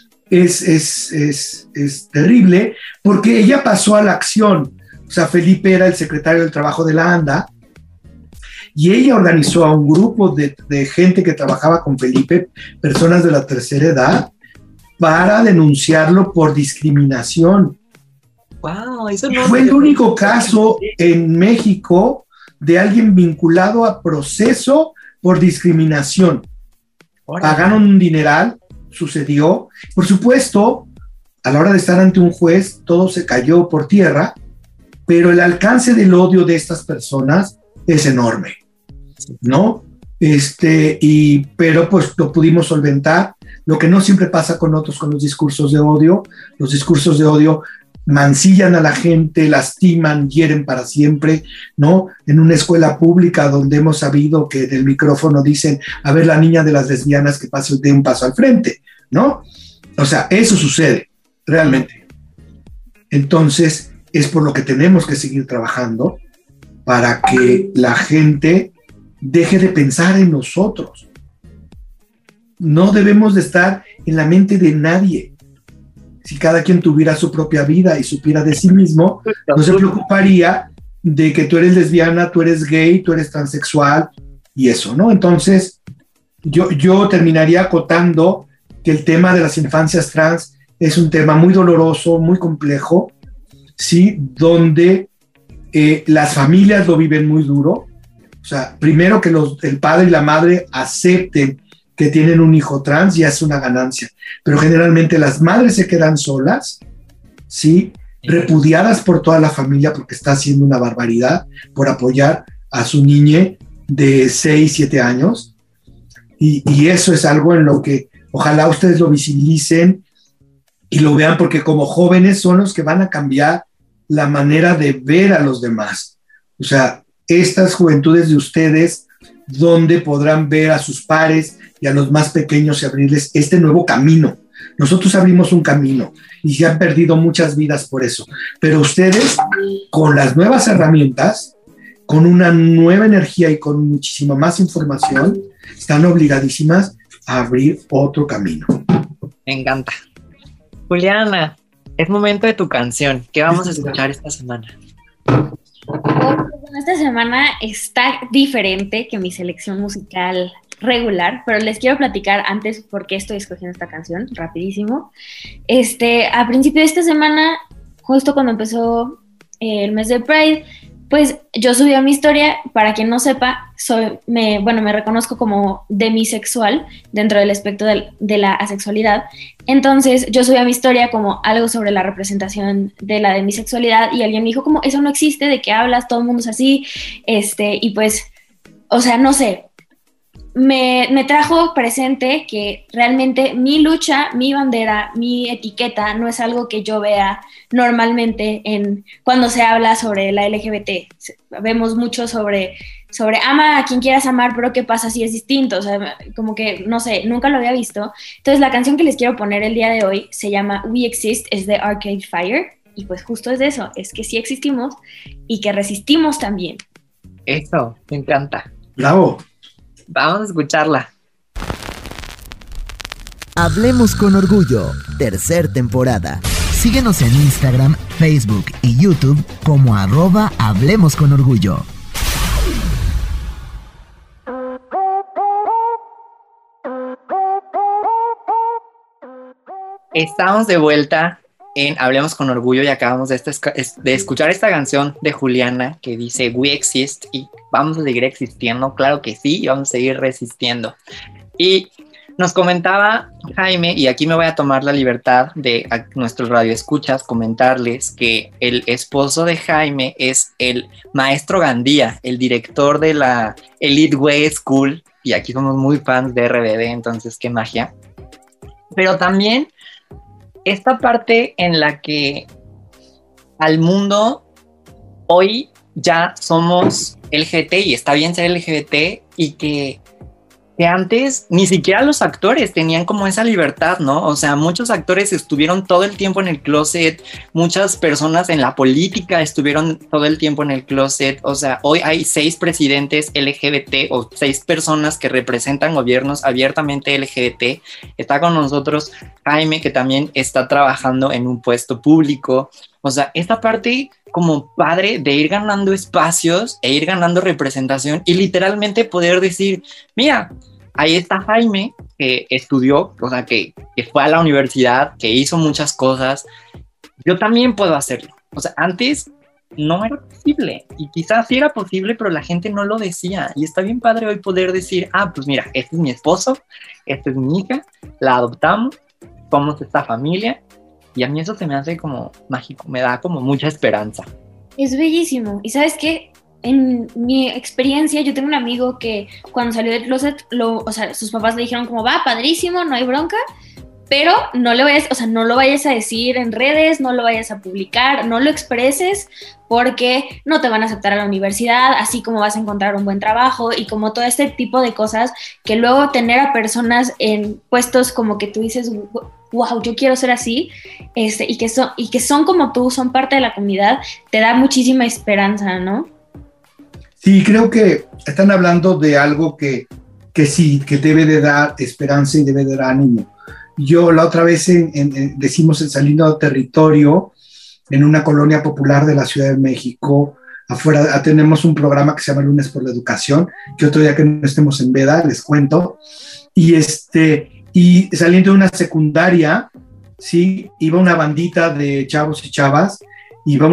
Speaker 5: es terrible porque ella pasó a la acción. O sea, Felipe era el secretario del trabajo de la ANDA y ella organizó a un grupo de gente que trabajaba con Felipe, personas de la tercera edad, para denunciarlo por discriminación.
Speaker 3: Wow, eso no
Speaker 5: Fue el único caso en México de alguien vinculado a proceso por discriminación. Pagaron un dineral, sucedió. Por supuesto, a la hora de estar ante un juez, todo se cayó por tierra, pero el alcance del odio de estas personas es enorme, ¿no? Pero pues lo pudimos solventar, lo que no siempre pasa con otros, con los discursos de odio. Los discursos de odio mancillan a la gente, lastiman, hieren para siempre, ¿no? En una escuela pública donde hemos sabido que del micrófono dicen, a ver, la niña de las lesbianas que pase de un paso al frente, ¿no? O sea, eso sucede, realmente. Entonces, es por lo que tenemos que seguir trabajando para que la gente deje de pensar en nosotros. No debemos de estar en la mente de nadie. Si cada quien tuviera su propia vida y supiera de sí mismo, no se preocuparía de que tú eres lesbiana, tú eres gay, tú eres transexual y eso, ¿no? Entonces, yo terminaría acotando que el tema de las infancias trans es un tema muy doloroso, muy complejo, ¿sí? Donde las familias lo viven muy duro. O sea, primero que el padre y la madre acepten que tienen un hijo trans ya es una ganancia, pero generalmente las madres se quedan solas, ¿sí? Repudiadas por toda la familia porque está haciendo una barbaridad por apoyar a su niña de 6, 7 años, y eso es algo en lo que ojalá ustedes lo visibilicen y lo vean, porque como jóvenes son los que van a cambiar la manera de ver a los demás. O sea, estas juventudes de ustedes, donde podrán ver a sus pares y a los más pequeños y abrirles este nuevo camino. Nosotros abrimos un camino y se han perdido muchas vidas por eso, pero ustedes con las nuevas herramientas, con una nueva energía y con muchísima más información, están obligadísimas a abrir otro camino.
Speaker 3: Me encanta. Juliana, es momento de tu canción. ¿Qué vamos a escuchar esta semana?
Speaker 4: Bueno, esta semana está diferente que mi selección musical regular, pero les quiero platicar antes por qué estoy escogiendo esta canción, rapidísimo. A principio de esta semana justo cuando empezó el mes de Pride, pues yo subí a mi historia, para quien no sepa, me reconozco como demisexual dentro del espectro de la asexualidad. Entonces yo subí a mi historia como algo sobre la representación de la demisexualidad y alguien me dijo como, eso no existe, ¿de qué hablas? Todo el mundo es así, y pues, o sea, no sé, me trajo presente que realmente mi lucha, mi bandera, mi etiqueta no es algo que yo vea normalmente cuando se habla sobre la LGBT. Vemos mucho sobre ama a quien quieras amar, pero ¿qué pasa si es distinto? O sea, como que, no sé, nunca lo había visto. Entonces la canción que les quiero poner el día de hoy se llama We Exist, es de Arcade Fire, y pues justo es de eso, es que sí existimos y que resistimos también.
Speaker 3: Eso, me encanta.
Speaker 5: Bravo.
Speaker 3: Vamos a escucharla.
Speaker 1: Hablemos con Orgullo, tercer temporada. Síguenos en Instagram, Facebook y YouTube como @Hablemos con Orgullo.
Speaker 3: Estamos de vuelta en Hablemos con Orgullo y acabamos de escuchar esta canción de Juliana que dice We Exist y vamos a seguir existiendo, claro que sí, y vamos a seguir resistiendo. Y nos comentaba Jaime, y aquí me voy a tomar la libertad de a nuestros radioescuchas comentarles que el esposo de Jaime es el maestro Gandía, el director de la Elite Way School, y aquí somos muy fans de RBD, entonces qué magia. Pero también esta parte en la que al mundo hoy ya somos LGBT y está bien ser LGBT y que antes ni siquiera los actores tenían como esa libertad, ¿no? O sea, muchos actores estuvieron todo el tiempo en el closet, muchas personas en la política estuvieron todo el tiempo en el closet, o sea, hoy hay 6 presidentes LGBT o 6 personas que representan gobiernos abiertamente LGBT. Está con nosotros Jaime, que también está trabajando en un puesto público. O sea, esta parte como padre de ir ganando espacios e ir ganando representación y literalmente poder decir, mira, ahí está Jaime, que estudió, o sea, que fue a la universidad, que hizo muchas cosas, yo también puedo hacerlo. O sea, antes no era posible y quizás sí era posible, pero la gente no lo decía y está bien padre hoy poder decir, pues mira, este es mi esposo, esta es mi hija, la adoptamos, somos esta familia. Y a mí eso se me hace como mágico, me da como mucha esperanza.
Speaker 4: Es bellísimo. Y ¿sabes qué? En mi experiencia, yo tengo un amigo que cuando salió del closet, sus papás le dijeron como, va, padrísimo, no hay bronca, pero no lo vayas a decir en redes, no lo vayas a publicar, no lo expreses porque no te van a aceptar a la universidad, así como vas a encontrar un buen trabajo y como todo este tipo de cosas que luego tener a personas en puestos como que tú dices, wow, yo quiero ser así, y que son como tú, son parte de la comunidad, te da muchísima esperanza, ¿no?
Speaker 5: Sí, creo que están hablando de algo que sí, que debe de dar esperanza y debe de dar ánimo. Yo la otra vez decimos en Saliendo Territorio, en una colonia popular de la Ciudad de México, afuera tenemos un programa que se llama Lunes por la Educación, que otro día que no estemos en Veda les cuento, y saliendo de una secundaria, sí, iba una bandita de chavos y chavas, iba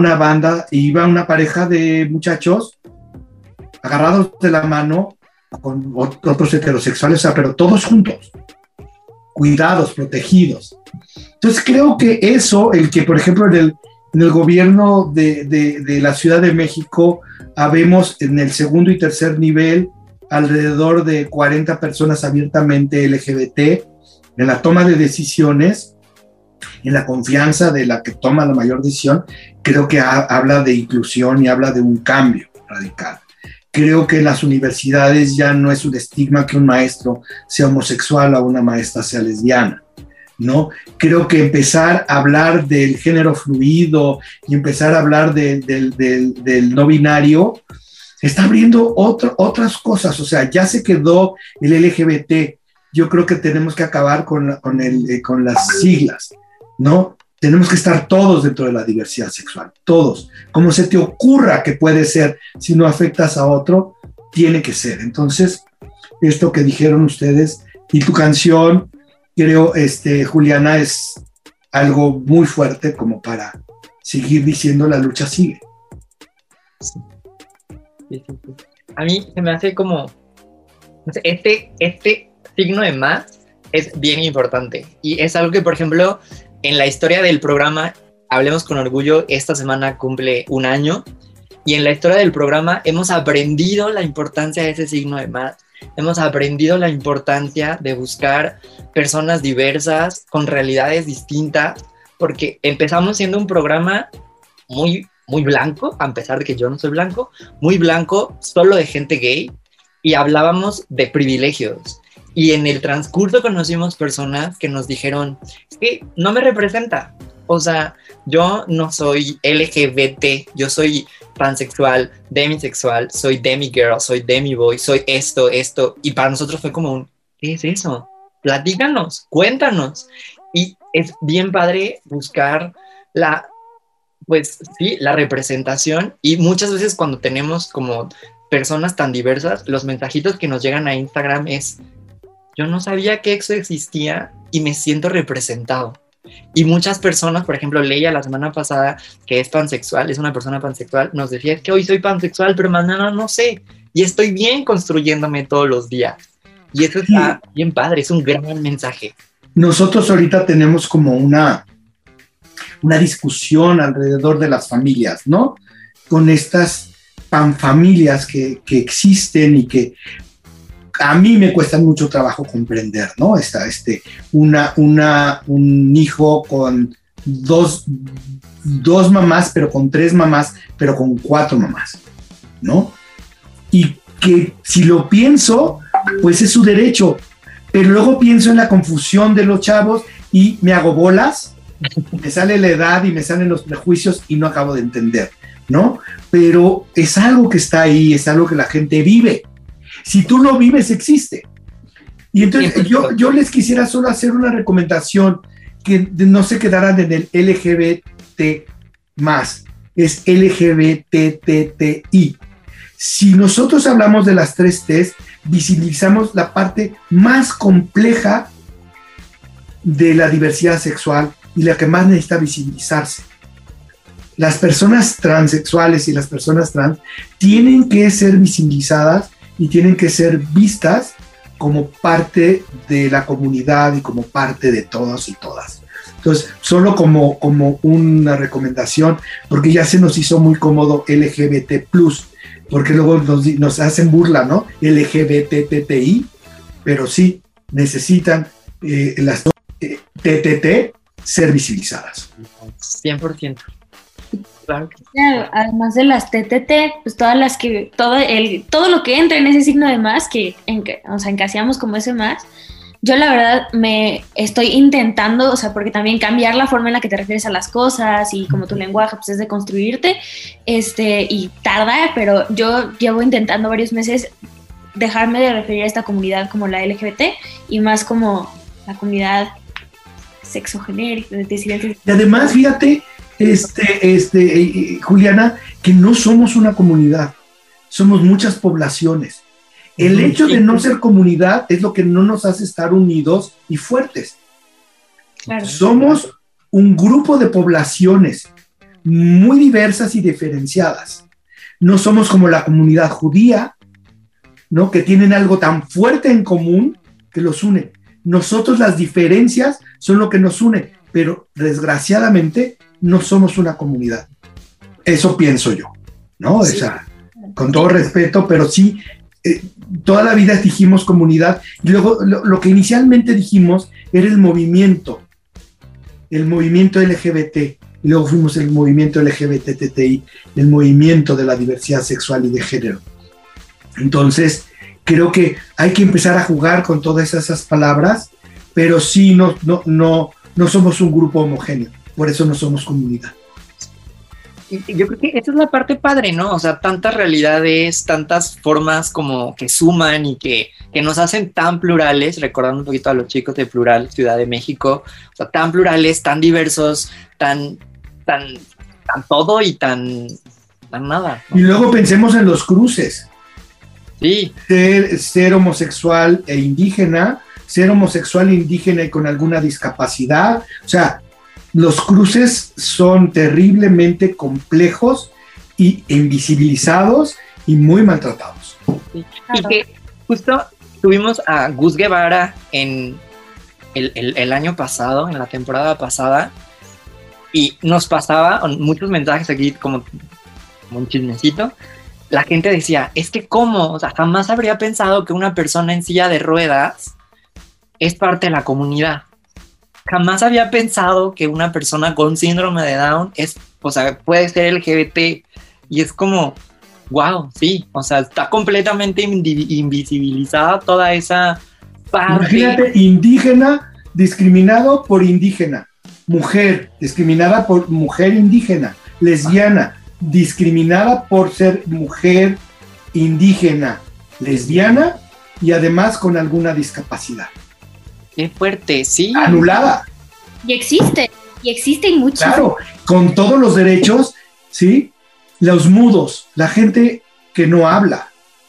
Speaker 5: una pareja de muchachos agarrados de la mano con otros heterosexuales, o sea, pero todos juntos, cuidados, protegidos. Entonces creo que eso, el que por ejemplo en el gobierno de la Ciudad de México habemos en el segundo y tercer nivel alrededor de 40 personas abiertamente LGBT, en la toma de decisiones, en la confianza de la que toma la mayor decisión, creo que habla de inclusión y habla de un cambio radical. Creo que en las universidades ya no es un estigma que un maestro sea homosexual o una maestra sea lesbiana, ¿no? Creo que empezar a hablar del género fluido y empezar a hablar del no binario está abriendo otras cosas. O sea, ya se quedó el LGBT. Yo creo que tenemos que acabar con las siglas, ¿no? Tenemos que estar todos dentro de la diversidad sexual, todos. Como se te ocurra que puede ser, si no afectas a otro, tiene que ser. Entonces, esto que dijeron ustedes y tu canción, creo, Juliana, es algo muy fuerte como para seguir diciendo la lucha sigue.
Speaker 3: Sí. A mí se me hace como este signo de más es bien importante y es algo que, por ejemplo, en la historia del programa Hablemos con Orgullo, esta semana cumple 1 año y en la historia del programa hemos aprendido la importancia de ese signo de más. Hemos aprendido la importancia de buscar personas diversas con realidades distintas, porque empezamos siendo un programa muy blanco, a pesar de que yo no soy blanco, muy blanco, solo de gente gay, y hablábamos de privilegios. Y en el transcurso conocimos personas que nos dijeron, es que no me representa. O sea, yo no soy LGBT, yo soy pansexual, demisexual, soy demigirl, soy demiboy, soy esto. Y para nosotros fue como ¿qué es eso? Platícanos, cuéntanos. Y es bien padre buscar la representación. Y muchas veces cuando tenemos como personas tan diversas, los mensajitos que nos llegan a Instagram es, yo no sabía que eso existía y me siento representado. Y muchas personas, por ejemplo, Leia la semana pasada, que es pansexual, es una persona pansexual, nos decía, es que hoy soy pansexual, pero mañana no sé. Y estoy bien construyéndome todos los días. Y eso está bien padre, es un gran mensaje.
Speaker 5: Nosotros ahorita tenemos como una discusión alrededor de las familias, ¿no? Con estas panfamilias que existen y que a mí me cuesta mucho trabajo comprender, ¿no? Un hijo con dos mamás, pero con 3 mamás, pero con 4 mamás, ¿no? Y que si lo pienso, pues es su derecho, pero luego pienso en la confusión de los chavos y me hago bolas, me sale la edad y me salen los prejuicios y no acabo de entender, ¿no? Pero es algo que está ahí, es algo que la gente vive. Si tú lo vives, existe. Y entonces yo les quisiera solo hacer una recomendación, que no se quedaran en el LGBT+, es LGBTTI. Si nosotros hablamos de las 3 T's, visibilizamos la parte más compleja de la diversidad sexual y la que más necesita visibilizarse. Las personas transexuales y las personas trans tienen que ser visibilizadas y tienen que ser vistas como parte de la comunidad y como parte de todos y todas. Entonces, solo como una recomendación, porque ya se nos hizo muy cómodo LGBT+, porque luego nos hacen burla, ¿no? LGBTTI, pero sí necesitan las TTT ser visibilizadas.
Speaker 3: 100%. Claro.
Speaker 4: Además de las TTT, pues todo lo que entra en ese signo de más, que encasillamos como ese más, yo la verdad me estoy intentando, o sea, porque también cambiar la forma en la que te refieres a las cosas y como tu lenguaje pues es de construirte, y tarda, pero yo llevo intentando varios meses dejarme de referir a esta comunidad como la LGBT y más como la comunidad sexogenérica, de disidencias.
Speaker 5: Y además, fíjate, Juliana, que no somos una comunidad, somos muchas poblaciones. El hecho de no ser comunidad es lo que no nos hace estar unidos y fuertes.
Speaker 4: Claro.
Speaker 5: Somos un grupo de poblaciones muy diversas y diferenciadas. No somos como la comunidad judía, ¿no? Que tienen algo tan fuerte en común que los une. Nosotros, las diferencias son lo que nos une, pero desgraciadamente no somos una comunidad. Eso pienso yo, ¿no? Sí. O sea, con todo respeto, pero sí, toda la vida dijimos comunidad, y luego lo que inicialmente dijimos era el movimiento LGBT, y luego fuimos el movimiento LGBTTI, el movimiento de la diversidad sexual y de género. Entonces, creo que hay que empezar a jugar con todas esas palabras, pero sí no somos un grupo homogéneo, por eso no somos comunidad.
Speaker 3: Yo creo que esa es la parte padre, ¿no? O sea, tantas realidades, tantas formas como que suman y que nos hacen tan plurales, recordando un poquito a los chicos de Plural Ciudad de México, o sea, tan plurales, tan diversos, tan todo y tan nada, ¿no?
Speaker 5: Y luego pensemos en los cruces.
Speaker 3: Sí.
Speaker 5: Ser homosexual e indígena, ser homosexual e indígena y con alguna discapacidad, o sea, los cruces son terriblemente complejos y invisibilizados y muy maltratados.
Speaker 3: Sí. Y que justo tuvimos a Gus Guevara en el año pasado, en la temporada pasada, y nos pasaba muchos mensajes aquí como un chismecito. La gente decía, es que ¿cómo? O sea, jamás habría pensado que una persona en silla de ruedas es parte de la comunidad. Jamás había pensado que una persona con síndrome de Down puede ser LGBT. Y es como, wow, sí. O sea, está completamente invisibilizada toda esa parte.
Speaker 5: Imagínate, indígena discriminado por indígena. Mujer discriminada por mujer indígena. Lesbiana discriminada por ser mujer indígena, lesbiana y además con alguna discapacidad.
Speaker 3: Qué fuerte, sí.
Speaker 5: Anulada.
Speaker 4: Y existen muchos.
Speaker 5: Claro, con todos los derechos, ¿sí? Los mudos, la gente que no habla,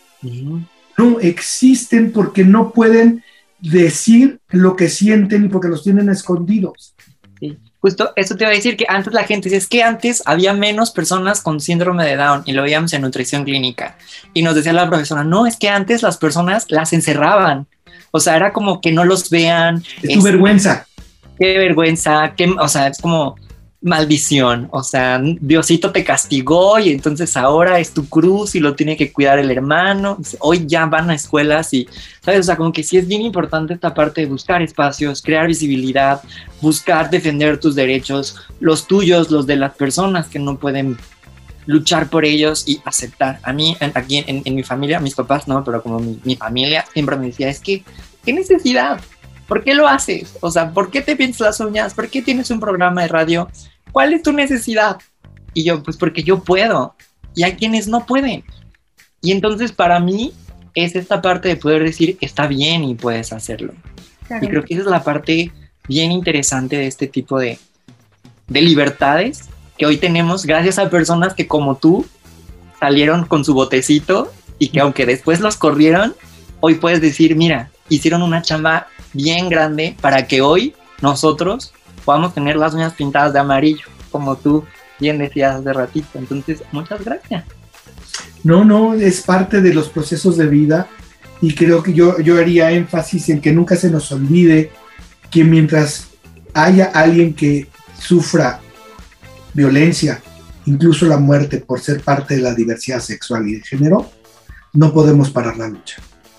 Speaker 5: no existen porque no pueden decir lo que sienten y porque los tienen escondidos.
Speaker 3: Sí. Justo eso te iba a decir, que antes la gente decía, es que antes había menos personas con síndrome de Down, y lo veíamos en nutrición clínica, y nos decía la profesora, no, es que antes las personas las encerraban, o sea, era como que no los vean.
Speaker 5: Es tu vergüenza.
Speaker 3: Qué vergüenza, o sea, es como maldición, o sea, Diosito te castigó y entonces ahora es tu cruz y lo tiene que cuidar el hermano. Hoy ya van a escuelas y, ¿sabes? O sea, como que sí es bien importante esta parte de buscar espacios, crear visibilidad, buscar defender tus derechos, los tuyos, los de las personas que no pueden luchar por ellos y aceptar. A mí, aquí en mi familia, mis papás no, pero como mi familia siempre me decía, es que, ¿qué necesidad? ¿Por qué lo haces? O sea, ¿por qué te pintas las uñas? ¿Por qué tienes un programa de radio? ¿Cuál es tu necesidad? Y yo, pues porque yo puedo. Y hay quienes no pueden. Y entonces para mí es esta parte de poder decir, está bien y puedes hacerlo. Claro. Y creo que esa es la parte bien interesante de este tipo de libertades que hoy tenemos gracias a personas que como tú salieron con su botecito y que aunque después los corrieron, hoy puedes decir, mira, hicieron una chamba bien grande para que hoy nosotros podamos tener las uñas pintadas de amarillo, como tú bien decías hace ratito. Entonces, muchas gracias.
Speaker 5: No, es parte de los procesos de vida y creo que yo haría énfasis en que nunca se nos olvide que mientras haya alguien que sufra violencia, incluso la muerte por ser parte de la diversidad sexual y de género, no podemos parar la lucha.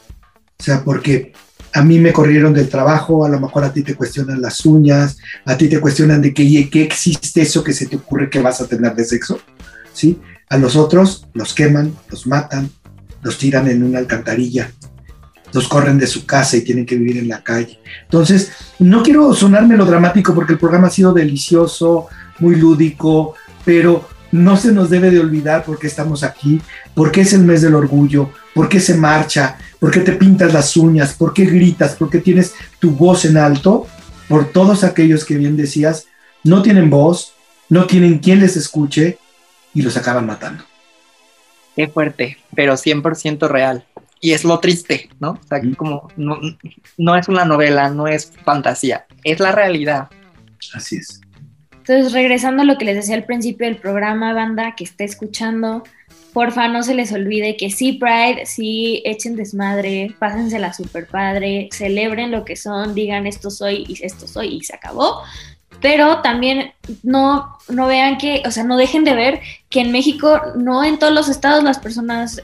Speaker 5: O sea, porque a mí me corrieron del trabajo, a lo mejor a ti te cuestionan las uñas, a ti te cuestionan de qué existe eso que se te ocurre que vas a tener de sexo, ¿sí? A los otros los queman, los matan, los tiran en una alcantarilla, los corren de su casa y tienen que vivir en la calle. Entonces, no quiero sonar melodramático porque el programa ha sido delicioso, muy lúdico, pero no se nos debe de olvidar por qué estamos aquí, por qué es el mes del orgullo, por qué se marcha, por qué te pintas las uñas, por qué gritas, por qué tienes tu voz en alto, por todos aquellos que bien decías, no tienen voz, no tienen quien les escuche y los acaban matando.
Speaker 3: Qué fuerte, pero 100% real. Y es lo triste, ¿no? O sea, como no es una novela, no es fantasía, es la realidad.
Speaker 5: Así es.
Speaker 4: Entonces, regresando a lo que les decía al principio del programa, banda que esté escuchando, porfa, no se les olvide que sí Pride, sí echen desmadre, pásensela súper padre, celebren lo que son, digan esto soy y se acabó. Pero también no vean que, o sea, no dejen de ver que en México, no en todos los estados las personas,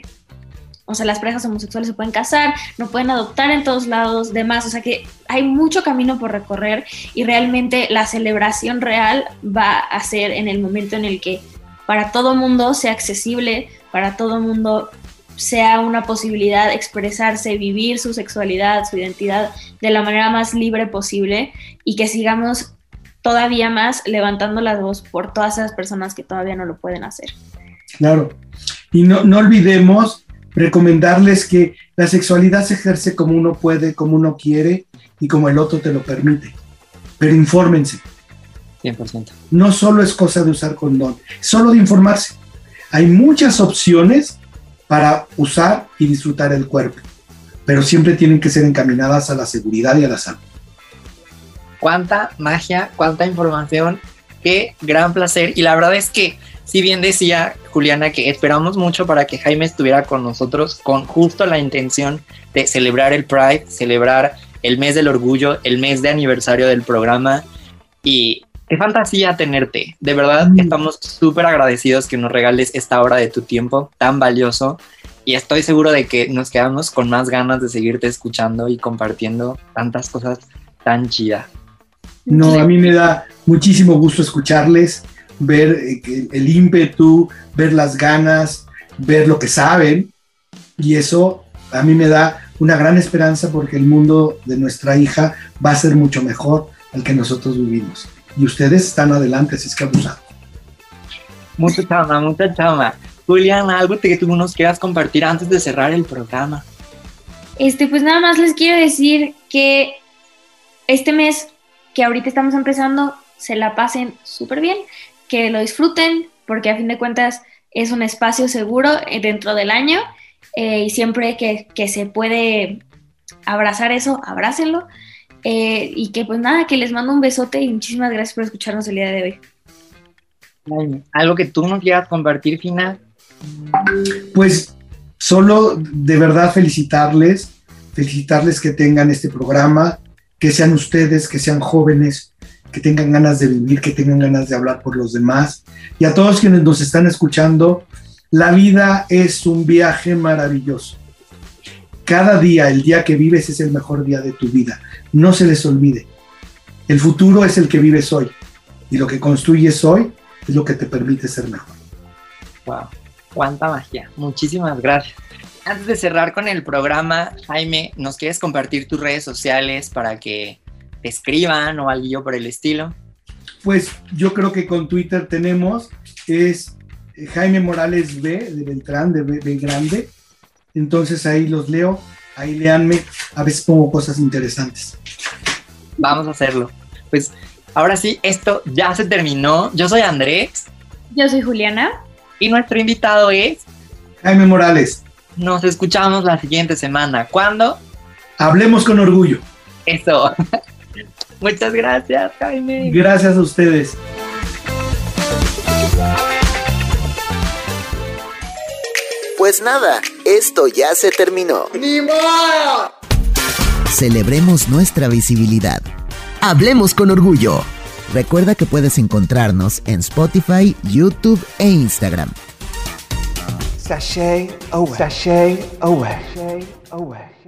Speaker 4: o sea, las parejas homosexuales se pueden casar, no pueden adoptar en todos lados, demás, o sea que hay mucho camino por recorrer y realmente la celebración real va a ser en el momento en el que para todo mundo sea accesible, para todo mundo sea una posibilidad expresarse, vivir su sexualidad, su identidad de la manera más libre posible y que sigamos todavía más levantando la voz por todas esas personas que todavía no lo pueden hacer.
Speaker 5: Claro, y no olvidemos recomendarles que la sexualidad se ejerce como uno puede, como uno quiere y como el otro te lo permite, pero infórmense.
Speaker 3: 100%.
Speaker 5: No solo es cosa de usar condón, solo de informarse. Hay muchas opciones para usar y disfrutar el cuerpo, pero siempre tienen que ser encaminadas a la seguridad y a la salud.
Speaker 3: Cuánta magia, cuánta información, qué gran placer. Y la verdad es que, si bien decía Juliana que esperamos mucho para que Jaime estuviera con nosotros, con justo la intención de celebrar el Pride, celebrar el mes del orgullo, el mes de aniversario del programa, y qué fantasía tenerte. De verdad, estamos súper agradecidos que nos regales esta hora de tu tiempo tan valioso, y estoy seguro de que nos quedamos con más ganas de seguirte escuchando y compartiendo tantas cosas tan chidas.
Speaker 5: No, a mí me da muchísimo gusto escucharles, ver el ímpetu, ver las ganas, ver lo que saben, y eso a mí me da una gran esperanza porque el mundo de nuestra hija va a ser mucho mejor al que nosotros vivimos. Y ustedes están adelante, así es que abusado.
Speaker 3: Mucha chama. Juliana, algo que tú nos quieras compartir antes de cerrar el programa.
Speaker 4: Pues nada más les quiero decir que este mes que ahorita estamos empezando, se la pasen súper bien, que lo disfruten, porque a fin de cuentas es un espacio seguro dentro del año, y siempre que se puede abrazar eso, abrácenlo, y que pues nada, que les mando un besote y muchísimas gracias por escucharnos el día de hoy.
Speaker 3: Ay, algo que tú nos quieras compartir, Fina.
Speaker 5: Pues solo de verdad felicitarles que tengan este programa, que sean ustedes, que sean jóvenes, que tengan ganas de vivir, que tengan ganas de hablar por los demás. Y a todos quienes nos están escuchando, la vida es un viaje maravilloso. Cada día, el día que vives es el mejor día de tu vida. No se les olvide. El futuro es el que vives hoy. Y lo que construyes hoy es lo que te permite ser mejor.
Speaker 3: Wow, cuánta magia. Muchísimas gracias. Antes de cerrar con el programa, Jaime, ¿nos quieres compartir tus redes sociales para que te escriban o algo por el estilo?
Speaker 5: Pues yo creo que con Twitter tenemos, es Jaime Morales B, de Beltrán, de B grande. Entonces ahí los leo, ahí léanme, a veces pongo cosas interesantes.
Speaker 3: Vamos a hacerlo. Pues ahora sí, esto ya se terminó. Yo soy Andrés.
Speaker 4: Yo soy Juliana.
Speaker 3: Y nuestro invitado es
Speaker 5: Jaime Morales.
Speaker 3: Nos escuchamos la siguiente semana. ¿Cuándo?
Speaker 5: Hablemos con orgullo.
Speaker 3: Eso. Muchas gracias, Jaime.
Speaker 5: Gracias a ustedes.
Speaker 1: Pues nada, esto ya se terminó. ¡Ni más! Celebremos nuestra visibilidad. Hablemos con orgullo. Recuerda que puedes encontrarnos en Spotify, YouTube e Instagram.
Speaker 7: Sashay away. Sashay away. Sashay away.